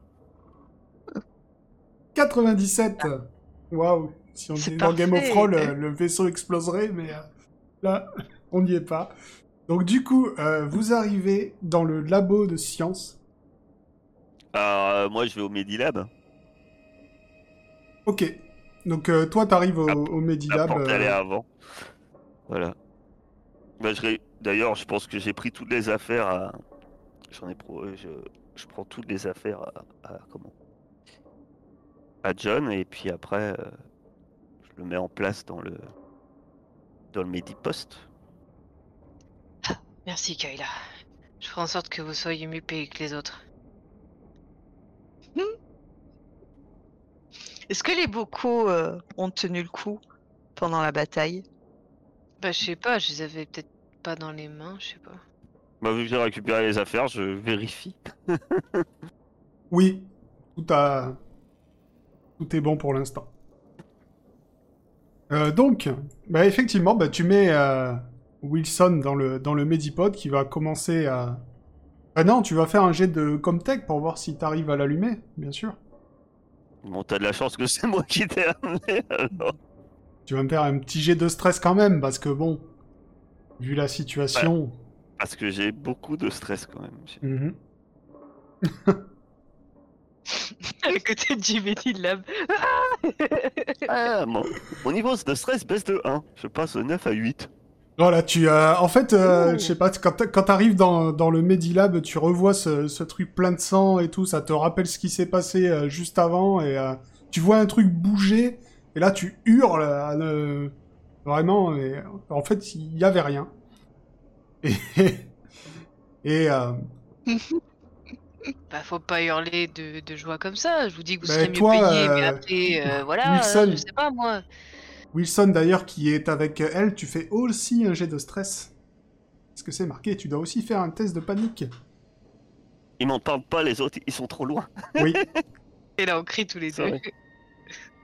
quatre-vingt-dix-sept. Waouh. Si on C'est était dans Game of parfait. Thrones, euh, le vaisseau exploserait, mais euh, là, on n'y est pas. Donc du coup, euh, vous arrivez dans le labo de science. Alors, euh, moi, je vais au Medilab. Ok. Donc euh, toi, t'arrives au, La- au La Medilab. porte, elle est euh, avant. Voilà. Bah, je ré- D'ailleurs, je pense que j'ai pris toutes les affaires à... J'en ai pro... je... je prends toutes les affaires à... à- comment à John, et puis après, euh, je le mets en place dans le... dans le Medipost. Merci, Kayla. Je ferai en sorte que vous soyez mieux payés que les autres. Est-ce que les bocaux euh, ont tenu le coup pendant la bataille? Bah, je sais pas, je les avais peut-être pas dans les mains, je sais pas. Bah, vu que j'ai récupéré les affaires, je vérifie. Oui. Tout a... Tout est bon pour l'instant. Euh, donc, bah effectivement, bah, tu mets euh, Wilson dans le, dans le Medipod qui va commencer à... Ah non, tu vas faire un jet de Comtech pour voir si t'arrives à l'allumer, bien sûr. Bon, t'as de la chance que c'est moi qui t'ai amené, alors. Tu vas me faire un petit jet de stress quand même, parce que bon, vu la situation... Parce que j'ai beaucoup de stress quand même. Mhm. À côté de Medilab. Ah, mon... mon niveau de stress baisse de un. Je passe de neuf à huit. Voilà, tu... euh, en fait, euh, Ouh. je sais pas, quand t'a- quand t'arrives dans, dans le Medilab, tu revois ce, ce truc plein de sang et tout, ça te rappelle ce qui s'est passé euh, juste avant, et euh, tu vois un truc bouger, et là tu hurles, euh, vraiment, et en fait, il y avait rien. Et... et euh, Bah, faut pas hurler de, de joie comme ça. Je vous dis que vous Bah, serez mieux toi, payés, mais euh, après, euh, voilà, Wilson. je sais pas moi. Wilson, d'ailleurs, qui est avec elle, tu fais aussi un jet de stress. Parce que c'est marqué, tu dois aussi faire un test de panique. Ils m'en parlent pas, les autres, ils sont trop loin. Oui. Et là, on crie tous les deux. Sorry.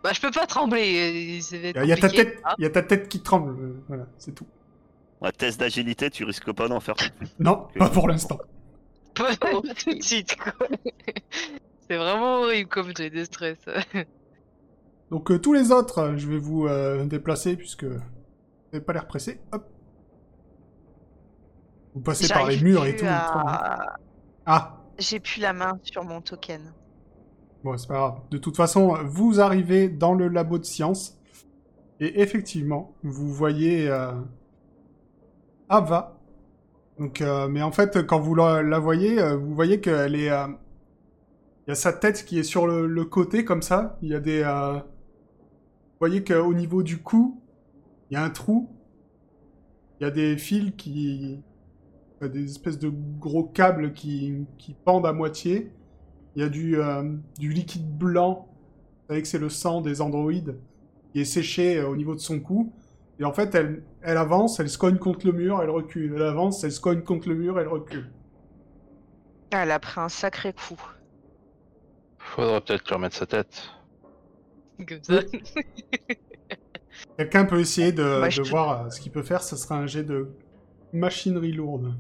Bah, je peux pas trembler. euh, ça va être Il y a ta compliqué, tête, hein. il y a ta tête qui tremble. euh, Voilà, c'est tout. Ouais, test d'agilité, tu risques pas d'en faire. Non, Que- pas pour l'instant. Pas tout de suite, quoi. C'est vraiment horrible comme j'ai de stress. Donc euh, tous les autres, euh, je vais vous euh, déplacer puisque vous n'avez pas l'air pressé. Hop. Vous passez par les J'arrive murs et plus tout. il tremble. à... Ah, J'ai plus la main sur mon token. bon, c'est pas grave. De toute façon, vous arrivez dans le labo de science et effectivement, vous voyez euh, Ava. Donc, euh, mais en fait, quand vous la, la voyez, euh, vous voyez qu'elle est, euh, il y a sa tête qui est sur le, le côté comme ça. Il y a des, euh, vous voyez qu'au niveau du cou, il y a un trou. Il y a des fils qui, il y a des espèces de gros câbles qui, qui pendent à moitié. Il y a du, euh, du liquide blanc. Vous savez que c'est le sang des androïdes qui est séché euh, au niveau de son cou. Et en fait, elle, elle avance, elle se cogne contre le mur, elle recule. Elle avance, elle se cogne contre le mur, elle recule. Elle a pris un sacré coup. Faudrait peut-être lui remettre sa tête. Comme ça. Quelqu'un peut essayer de, Moi, je de te- voir euh, ce qu'il peut faire. Ce sera un jet de machinerie lourde.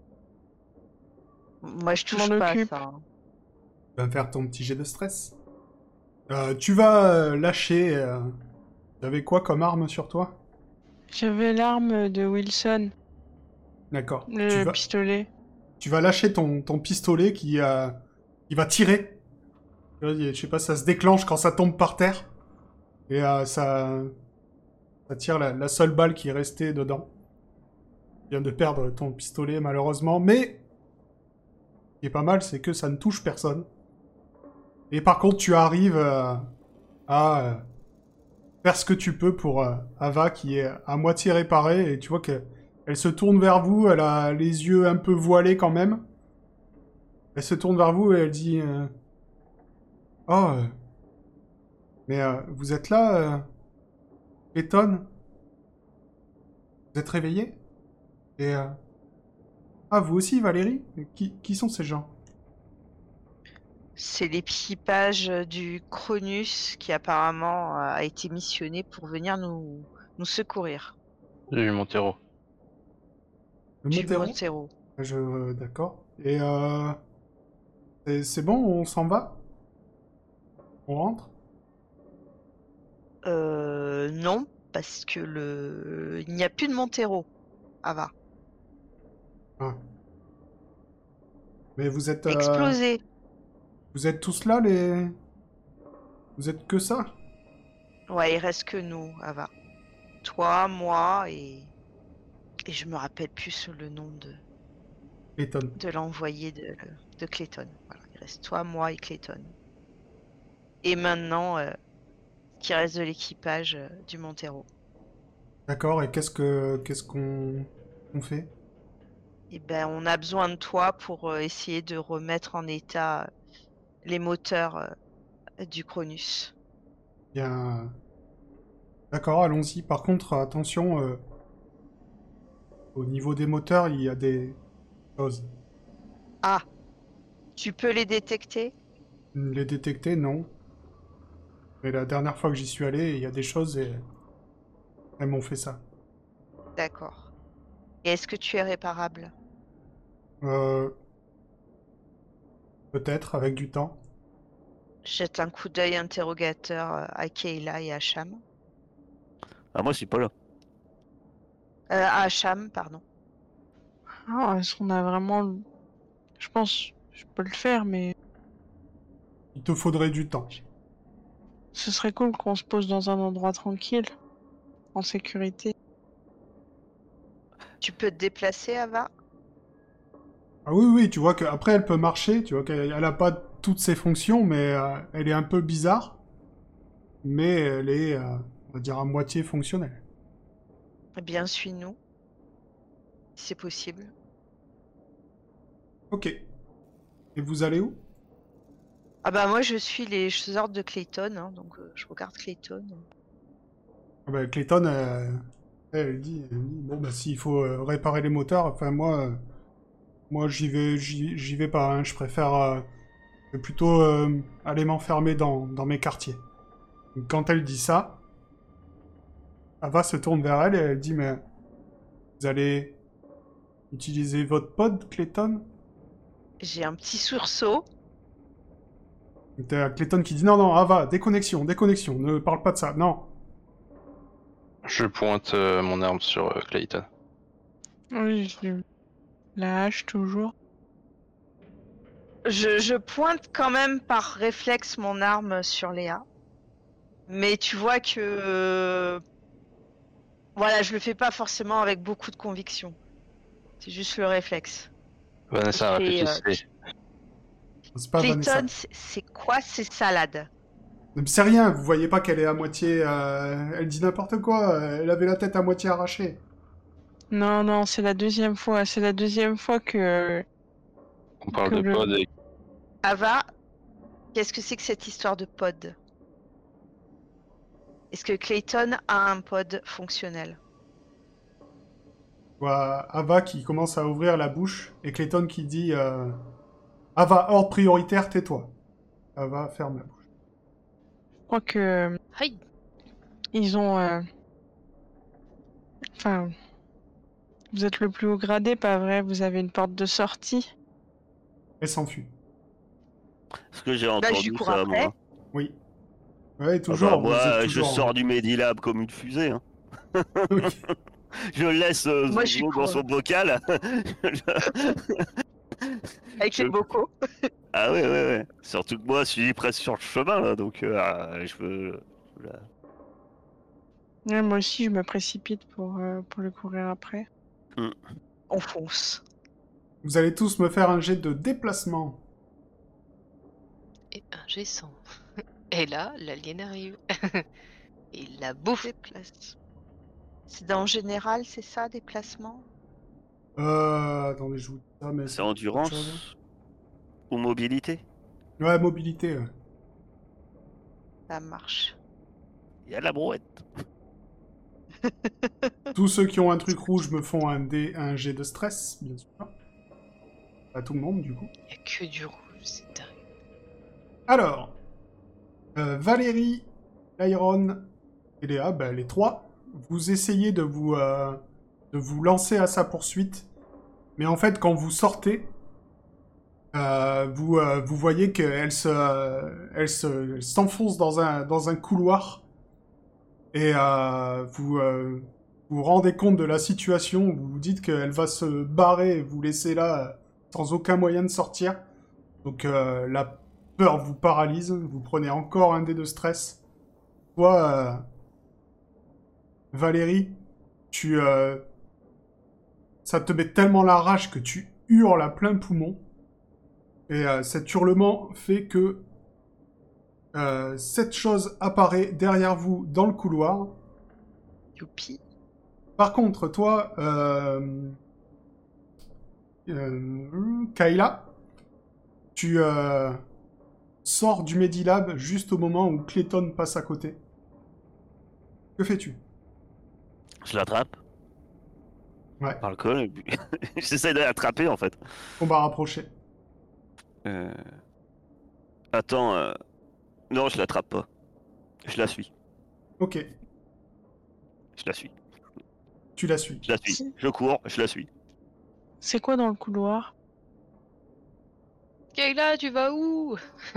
Moi, je Je touche m'en pas à occupe. ça. hein. Tu vas faire ton petit jet de stress. Euh, tu vas euh, lâcher... Euh... Tu avais quoi comme arme sur toi? J'avais l'arme de Wilson, D'accord. Tu le vas... pistolet. tu vas lâcher ton, ton pistolet qui, euh, qui va tirer. Je sais pas, ça se déclenche quand ça tombe par terre. Et euh, ça, ça tire la, la seule balle qui est restée dedans. Tu viens de perdre ton pistolet malheureusement, mais ce qui est pas mal, c'est que ça ne touche personne. Et par contre, tu arrives euh, à euh, faire ce que tu peux pour euh, Ava qui est à moitié réparée. Et tu vois qu'elle elle se tourne vers vous, elle a les yeux un peu voilés quand même. Elle se tourne vers vous et elle dit... euh, Oh, euh, mais euh, vous êtes là, euh, Clayton? Vous êtes réveillé? Et euh, ah, vous aussi, Valérie? Qui, qui sont ces gens? C'est l'équipage du Cronus qui apparemment euh, a été missionné pour venir nous, nous secourir. J'ai eu Montero. Le Du Montero? Montero. Je, euh, d'accord. Et euh, c'est- c'est bon, on s'en va? On rentre? Euh, non, parce que le, il n'y a plus de Montero. Ava. Ah. Mais vous êtes, euh, Explosé. vous êtes tous là, les... Vous êtes que ça? Ouais, il reste que nous, Ava. Toi, moi et... Et je me rappelle plus le nom de, Clayton. de l'envoyé de, de Clayton. Voilà, il reste toi, moi et Clayton. Et maintenant, euh, qui reste de l'équipage euh, du Montero. D'accord, et qu'est-ce que qu'est-ce qu'on on fait? Et ben, on a besoin de toi pour euh, essayer de remettre en état euh, les moteurs euh, du Cronus. Bien. D'accord, allons-y. Par contre, attention, euh, au niveau des moteurs, il y a des choses. Ah, tu peux les détecter? Les détecter, non. Mais la dernière fois que j'y suis allé, il y a des choses et elles m'ont fait ça. D'accord. Et est-ce que tu es réparable? Euh... Peut-être, avec du temps. Jette un coup d'œil interrogateur euh, à Kayla et à Cham. Ah, moi, je suis pas là. Euh, à Cham, pardon. Ah, est-ce qu'on a vraiment... le- Je pense, je peux le faire, mais Il te faudrait du temps. ce serait cool qu'on se pose dans un endroit tranquille, en sécurité. Tu peux te déplacer, Ava? Ah oui, oui, tu vois qu'après elle peut marcher, tu vois qu'elle elle a pas toutes ses fonctions, mais euh, elle est un peu bizarre. Mais elle est, euh, on va dire, à moitié fonctionnelle. Eh bien, suis-nous. Si c'est possible. Ok. Et vous allez où? Ah bah moi je suis les ordres de Clayton, hein, donc euh, je regarde Clayton. Ah bah, Clayton, euh, elle, dit, elle dit, bon bah s'il faut euh, réparer les moteurs, enfin moi, euh, moi j'y vais, j'y j'y vais pas, hein, je préfère euh, je vais plutôt euh, aller m'enfermer dans, dans mes quartiers. Donc, quand elle dit ça, Ava se tourne vers elle et elle dit, mais vous allez utiliser votre pod, Clayton? J'ai un petit sursaut. Et t'as Clayton qui dit, non, non, Ava, déconnexion, déconnexion, ne parle pas de ça, non. Je pointe euh, mon arme sur euh, Clayton. Oui, je la hache toujours. Je, je pointe quand même par réflexe mon arme sur Léa. Mais tu vois que... euh, Voilà, je le fais pas forcément avec beaucoup de conviction. C'est juste le réflexe. Vanessa, Je fais, euh, réfléchissez. C'est pas Vanessa. Clayton, c'est- c'est quoi ces salades? Mais c'est rien, vous voyez pas qu'elle est à moitié... euh, Elle dit n'importe quoi, elle avait la tête à moitié arrachée. Non, non, c'est la deuxième fois. C'est la deuxième fois que... On parle que de le- pod et Ava, qu'est-ce que c'est que cette histoire de pod? Est-ce que Clayton a un pod fonctionnel? Je vois Ava qui commence à ouvrir la bouche et Clayton qui dit euh, Ava, ordre prioritaire, tais-toi. Ava, ferme la bouche. Je crois que... Aïe. Ils ont... euh, Enfin... Vous êtes le plus haut gradé, pas vrai? Vous avez une porte de sortie? Elle s'enfuit. Est-ce que j'ai Bah, je entendu lui cours ça, après. moi? Oui. Ouais, Ah toujours. bah, vous moi, êtes je toujours... sors du Medilab comme une fusée. Hein. Oui. Je laisse euh, Moi, je Zozo cours. dans son bocal. Avec Je- les bocaux. Ah ouais, ouais, ouais. Surtout que moi, je suis presque sur le chemin, là, donc euh, ah, je veux... je veux la- Ouais, moi aussi, je me précipite pour, euh, pour le courir après. On fonce. Vous allez tous me faire un jet de déplacement. Et un G cent. Et là, l'alien arrive. Et la bouffe. Déplace. C'est dans général, c'est ça, déplacement? Euh... Attendez, je vous dis ça, mais... C'est autre chose. endurance ou mobilité? Ouais, mobilité. Ouais. Ça marche. Il y a la brouette. Tous ceux qui ont un truc rouge me font un, dé... un jet de stress, bien sûr. Pas tout le monde, du coup. Il n'y a que du rouge, c'est terrible. Alors, euh, Valérie, Lyron et Léa, ben, les trois, vous essayez de vous, euh, de vous lancer à sa poursuite. Mais en fait, quand vous sortez, euh, vous, euh, vous voyez qu'elle se, euh, elle se, elle s'enfonce dans un, dans un couloir. Et euh, vous euh, vous rendez compte de la situation. Vous vous dites qu'elle va se barrer et vous laisser là euh, sans aucun moyen de sortir. Donc euh, la peur vous paralyse. Vous prenez encore un dé de stress. Toi, euh, Valérie, tu, euh, ça te met tellement la rage que tu hurles à plein poumon. Et euh, cet hurlement fait que euh, cette chose apparaît derrière vous dans le couloir. Youpi. Par contre, toi, euh, euh, Kayla, tu euh, sors du Medilab juste au moment où Clayton passe à côté. Que fais-tu? Je l'attrape Ouais, par le col et puis j'essaie de l'attraper en fait. combat rapproché. Euh... Attends, euh... non, je l'attrape pas. Je la suis. Ok, Je la suis. tu la suis. Je la suis. Si. Je cours, je la suis. C'est quoi dans le couloir? Kayla, tu vas où?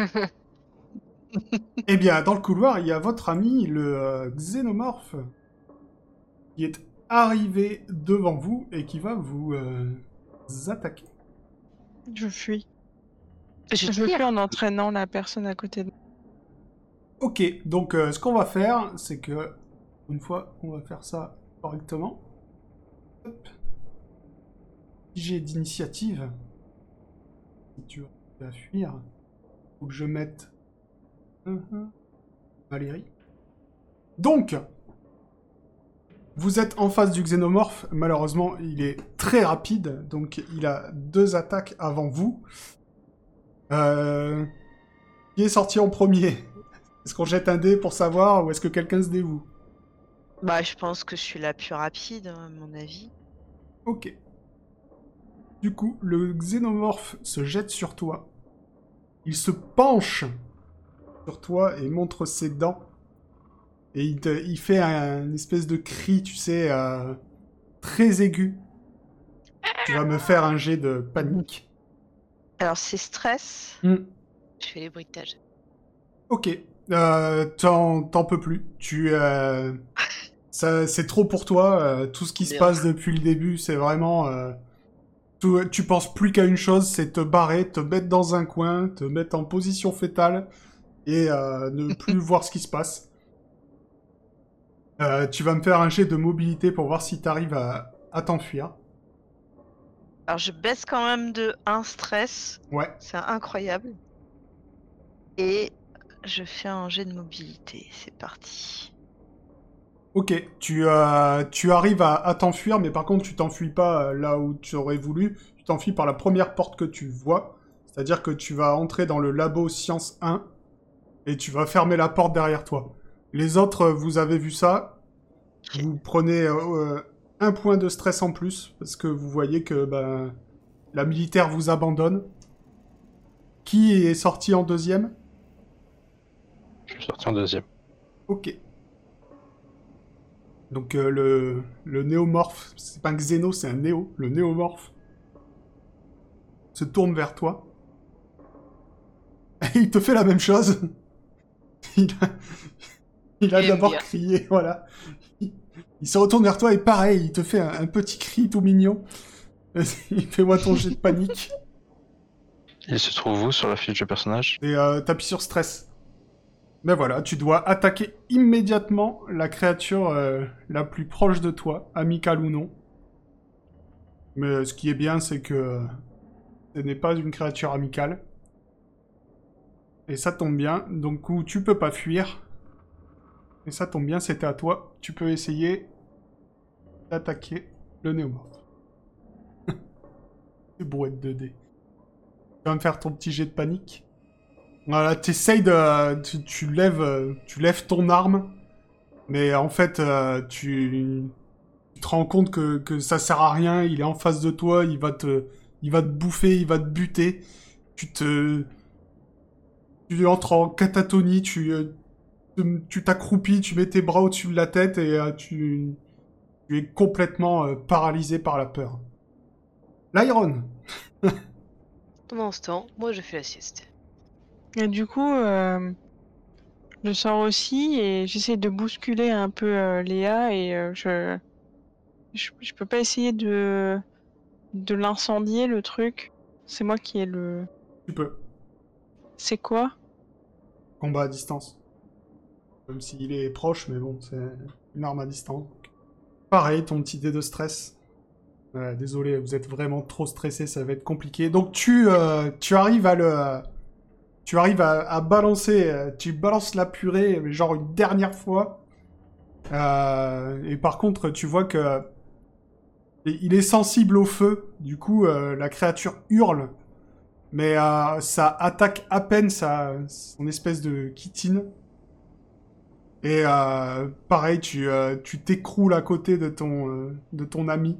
Eh bien, dans le couloir, il y a votre ami, le euh, xénomorphe, qui est arrivé devant vous et qui va vous euh, attaquer. Je fuis. Je Je fuis tire. en entraînant la personne à côté de moi. Ok, donc euh, ce qu'on va faire, c'est que, une fois qu'on va faire ça correctement, hop, j'ai d'initiative. Si tu vas fuir, faut que je mette uh-huh, Valérie. Donc, vous êtes en face du xénomorphe. Malheureusement, il est très rapide, donc il a deux attaques avant vous. Euh... Qui est sorti en premier? Est-ce qu'on jette un dé pour savoir ou est-ce que quelqu'un se dévoue? Bah, je pense que je suis la plus rapide, à mon avis. Ok. Du coup, le xénomorphe se jette sur toi. Il se penche sur toi et montre ses dents. Et il, te, il fait un, une espèce de cri, tu sais, euh, très aigu. Tu vas me faire un jet de panique. Alors, c'est stress. Mm. Je fais les bruitages. Ok. Euh, t'en, t'en peux plus. Tu, euh, ça, c'est trop pour toi. Euh, tout ce qui se Merde. passe depuis le début, c'est vraiment... Euh, tout- tu penses plus qu'à une chose, c'est te barrer, te mettre dans un coin, te mettre en position fétale et euh, ne plus voir ce qui se passe. Euh, tu vas me faire un jet de mobilité pour voir si t'arrives à, à t'enfuir. Alors, je baisse quand même de un stress. Ouais. C'est incroyable. Et je fais un jet de mobilité. C'est parti. Ok, tu, euh, tu arrives à, à t'enfuir, mais par contre, tu t'enfuis pas euh, là où tu aurais voulu. Tu t'enfuis par la première porte que tu vois. C'est-à-dire que tu vas entrer dans le labo Science un et tu vas fermer la porte derrière toi. Les autres, euh, vous avez vu ça. Ok. Vous prenez euh, euh, un point de stress en plus parce que vous voyez que ben, la militaire vous abandonne. Qui est sorti en deuxième? Je suis sorti en deuxième. Ok. Donc euh, le, le néomorphe, c'est pas un xéno, c'est un néo, le néomorphe, se tourne vers toi. Et il te fait la même chose. Il a, il a J'aime d'abord bien. crié, voilà. Il, il se retourne vers toi et pareil, il te fait un, un petit cri tout mignon. Il fait moi ton jet de panique. Il se trouve où sur la fiche de personnage? Et euh, t'appuies sur stress. Mais voilà, tu dois attaquer immédiatement la créature euh, la plus proche de toi, amicale ou non. Mais euh, ce qui est bien, c'est que euh, ce n'est pas une créature amicale. Et ça tombe bien, donc où tu peux pas fuir. Et ça tombe bien, c'était à toi. Tu peux essayer d'attaquer le néomorphe. C'est brouette deux dés. Tu vas me faire ton petit jet de panique. Voilà, t'essayes de... Tu, tu, lèves, euh, tu lèves ton arme, mais en fait, euh, tu... tu te rends compte que, que ça sert à rien, il est en face de toi, il va te, il va te bouffer, il va te buter. Tu te... Tu entres en catatonie, tu euh, te- tu t'accroupis, tu mets tes bras au-dessus de la tête et euh, tu... tu es complètement euh, paralysé par la peur. Lyron. Pendant ce temps, moi je fais la sieste. Et du coup, euh, je sors aussi et j'essaie de bousculer un peu euh, Léa et euh, je... je je peux pas essayer de de l'incendier le truc. C'est moi qui ai le. Tu peux. C'est quoi? Combat à distance. Même s'il est proche, mais bon, c'est une arme à distance. Pareil, ton petit dé de stress. Ouais, désolé, vous êtes vraiment trop stressé, ça va être compliqué. Donc tu, euh, tu arrives à le... Tu arrives à, à balancer, euh, tu balances la purée, mais genre une dernière fois. Euh, et par contre, tu vois que il est sensible au feu. Du coup, euh, la créature hurle, mais euh, ça attaque à peine sa, son espèce de chitine. Et euh, pareil, tu euh, tu t'écroules à côté de ton euh, de ton ami.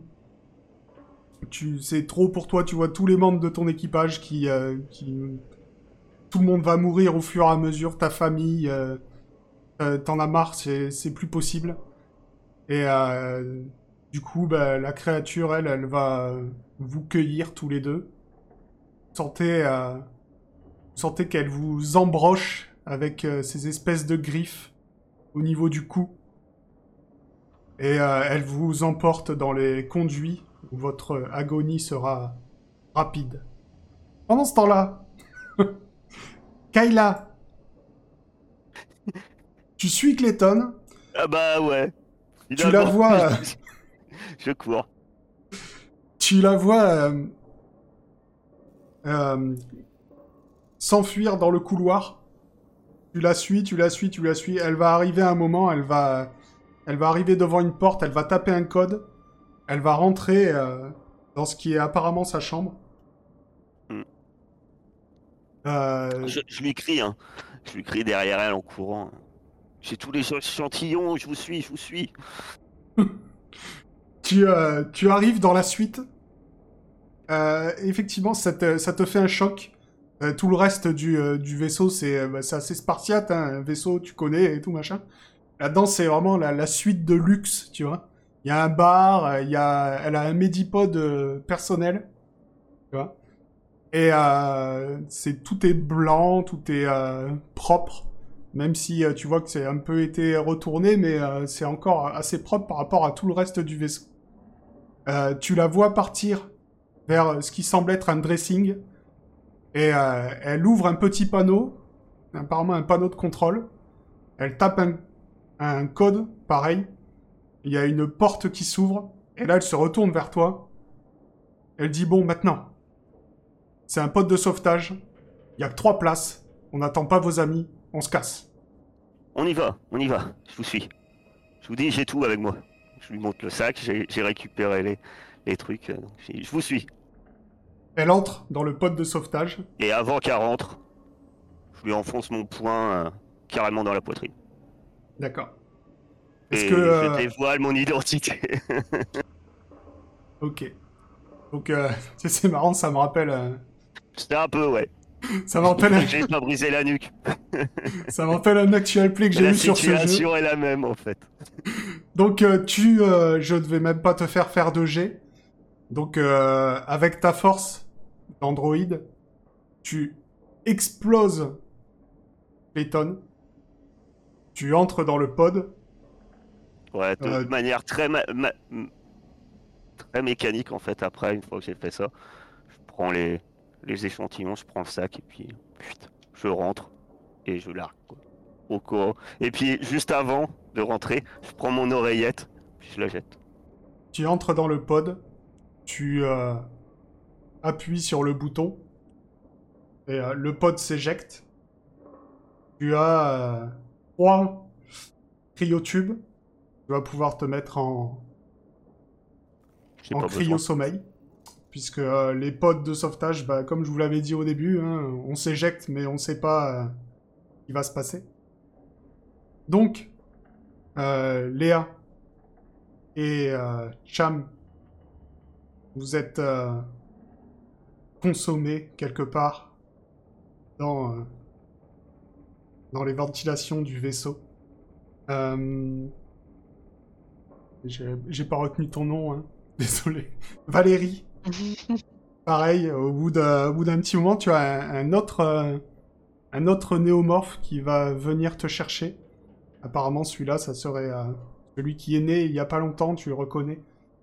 Tu, c'est trop pour toi. Tu vois tous les membres de ton équipage qui euh, qui tout le monde va mourir au fur et à mesure. Ta famille, euh, euh, t'en as marre, c'est c'est plus possible. Et euh, du coup, bah, la créature, elle, elle va euh, vous cueillir tous les deux. Vous sentez, euh, vous sentez qu'elle vous embroche avec euh, ces espèces de griffes au niveau du cou. Et euh, elle vous emporte dans les conduits où votre agonie sera rapide. Pendant ce temps-là, Kayla, tu suis Clayton, Ah bah ouais. tu la Finalement, vois, euh, Je cours. tu la vois euh, euh, s'enfuir dans le couloir. Tu la suis, tu la suis, tu la suis. Elle va arriver à un moment, elle va, elle va arriver devant une porte, elle va taper un code, elle va rentrer euh, dans ce qui est apparemment sa chambre. Hmm. Euh, Je, je lui crie, hein. Je lui crie derrière elle en courant. J'ai tous les échantillons, je vous suis, je vous suis. tu, euh, tu arrives dans la suite. Euh, effectivement, ça te, ça te fait un choc. Euh, tout le reste du, euh, du vaisseau, c'est euh, bah, c'est assez spartiate. Hein, un vaisseau, tu connais et tout machin. Là-dedans, c'est vraiment la, la suite de luxe, tu vois. Il y a un bar, il y a, elle a un Medipod euh, personnel, tu vois. Et euh, c'est tout est blanc, tout est euh, propre, même si euh, tu vois que c'est un peu été retourné, mais euh, c'est encore assez propre par rapport à tout le reste du vaisseau. Euh, tu la vois partir vers ce qui semble être un dressing, et euh, elle ouvre un petit panneau, apparemment un panneau de contrôle. Elle tape un, un code, pareil. Il y a une porte qui s'ouvre, et là elle se retourne vers toi. Elle dit bon, maintenant. C'est un pod de sauvetage. Il y a que trois places. On n'attend pas vos amis. On se casse. On y va, on y va. Je vous suis. Je vous dis, j'ai tout avec moi. Je lui montre le sac, j'ai j'ai récupéré les, les trucs. euh, donc Je je vous suis. Elle entre dans le pod de sauvetage. Et avant qu'elle rentre, je lui enfonce mon poing euh, carrément dans la poitrine. D'accord. Est-ce Et que... je euh, dévoile mon identité. Ok. Donc, euh, tu sais, c'est marrant, ça me rappelle... euh, C'était un peu, ouais. Ça me rappelle, un... J'ai pas brisé la nuque. ça me rappelle un actual play que Mais j'ai la vu sur ce jeu. situation est la même, en fait. Donc, euh, tu... euh, je ne vais même pas te faire faire de jet. Donc, euh, avec ta force d'androïde, tu exploses Clayton. Tu entres dans le pod. Ouais, de Euh, manière très, ma- ma- m- très mécanique, en fait, après, une fois que j'ai fait ça, je prends les, les échantillons, je prends le sac, et puis, putain, je rentre, et je largue, quoi. Au cas. Et puis, juste avant de rentrer, je prends mon oreillette, puis je la jette. Tu entres dans le pod. Tu euh, appuies sur le bouton. Et euh, le pod s'éjecte. Tu as euh, trois cryotubes. Tu vas pouvoir te mettre en, J'ai en pas besoin. cryo-sommeil. Puisque euh, les pods de sauvetage, bah, comme je vous l'avais dit au début, hein, on s'éjecte, mais on ne sait pas euh, ce qui va se passer. Donc, euh, Léa et euh, Cham, vous êtes euh, consommés quelque part dans, euh, dans les ventilations du vaisseau. Euh... J'ai j'ai pas retenu ton nom, hein. Désolé. Valérie. Pareil, au bout d'un au bout d'un petit moment, tu as un, un autre euh, un autre néomorphe qui va venir te chercher. Apparemment, celui-là, ça serait euh, celui qui est né il y a pas longtemps, tu le reconnais.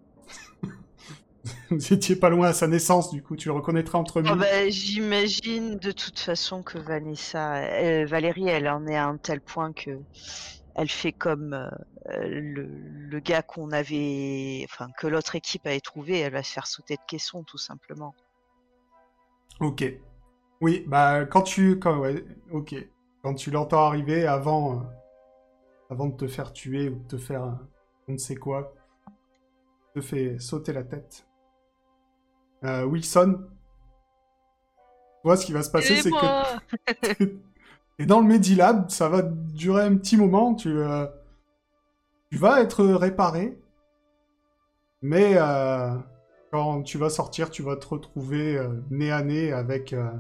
Vous étiez pas loin à sa naissance, du coup, tu le reconnaîtras entre Oh mille. bah, j'imagine de toute façon que Vanessa, euh, Valérie, elle en est à un tel point que elle fait comme euh, le, le gars qu'on avait, enfin que l'autre équipe avait trouvé, elle va se faire sauter de caisson tout simplement. Ok. Oui, bah quand tu, quand ouais, ok, quand tu l'entends arriver avant, euh, avant de te faire tuer ou de te faire, euh, on ne sait quoi, te fait sauter la tête. Euh, Wilson, tu vois ce qui va se passer, c'est que t'es dans le Medilab, ça va durer un petit moment, tu, euh, tu vas être réparé, mais euh, quand tu vas sortir, tu vas te retrouver euh, nez à nez avec euh,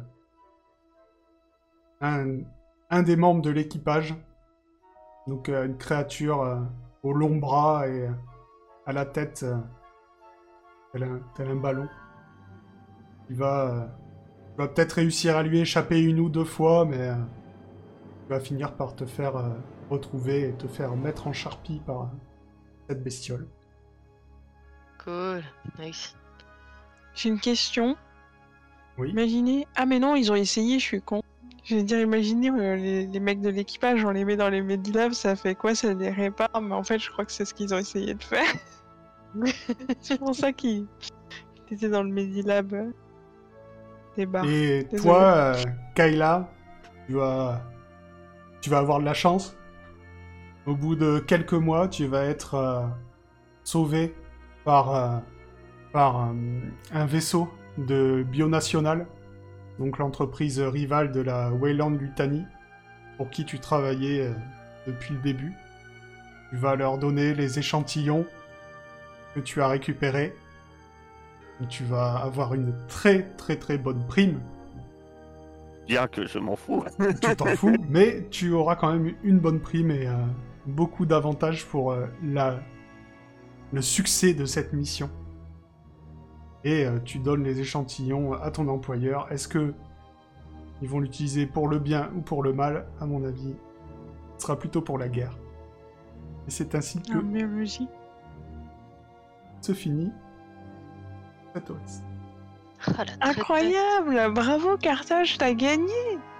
un, un des membres de l'équipage, donc euh, une créature euh, aux longs bras et euh, à la tête euh, tel, un, tel un ballon. Il va, euh, tu vas peut-être réussir à lui échapper une ou deux fois, mais euh, tu vas finir par te faire euh, retrouver et te faire mettre en charpie par euh, cette bestiole. Cool, nice. J'ai une question. Oui. Imaginez... Ah mais non, ils ont essayé, je suis con. Je vais dire, imaginez euh, les, les mecs de l'équipage, on les met dans les Medilabs, ça fait quoi? Ça les répare, mais en fait, je crois que c'est ce qu'ils ont essayé de faire. C'est pour ça qu'ils qu'ils étaient dans le Medilab euh, des bars. Et Désolé. toi, euh, Kayla, tu vas, tu vas avoir de la chance. Au bout de quelques mois, tu vas être euh, sauvé par, euh, par euh, un vaisseau de Bionational, donc l'entreprise rivale de la Weyland Lutani, pour qui tu travaillais euh, depuis le début. Tu vas leur donner les échantillons que tu as récupérés. Et tu vas avoir une très très très bonne prime. Bien que je m'en fous. Tu t'en fous, mais tu auras quand même une bonne prime et, euh, beaucoup d'avantages pour euh, la... le succès de cette mission. Et euh, tu donnes les échantillons à ton employeur. Est-ce que ils vont l'utiliser pour le bien ou pour le mal? À mon avis, ce sera plutôt pour la guerre. Et c'est ainsi que En biologie. se finit cette O S. Ah, la traite. Incroyable! Bravo Carthage, t'as gagné!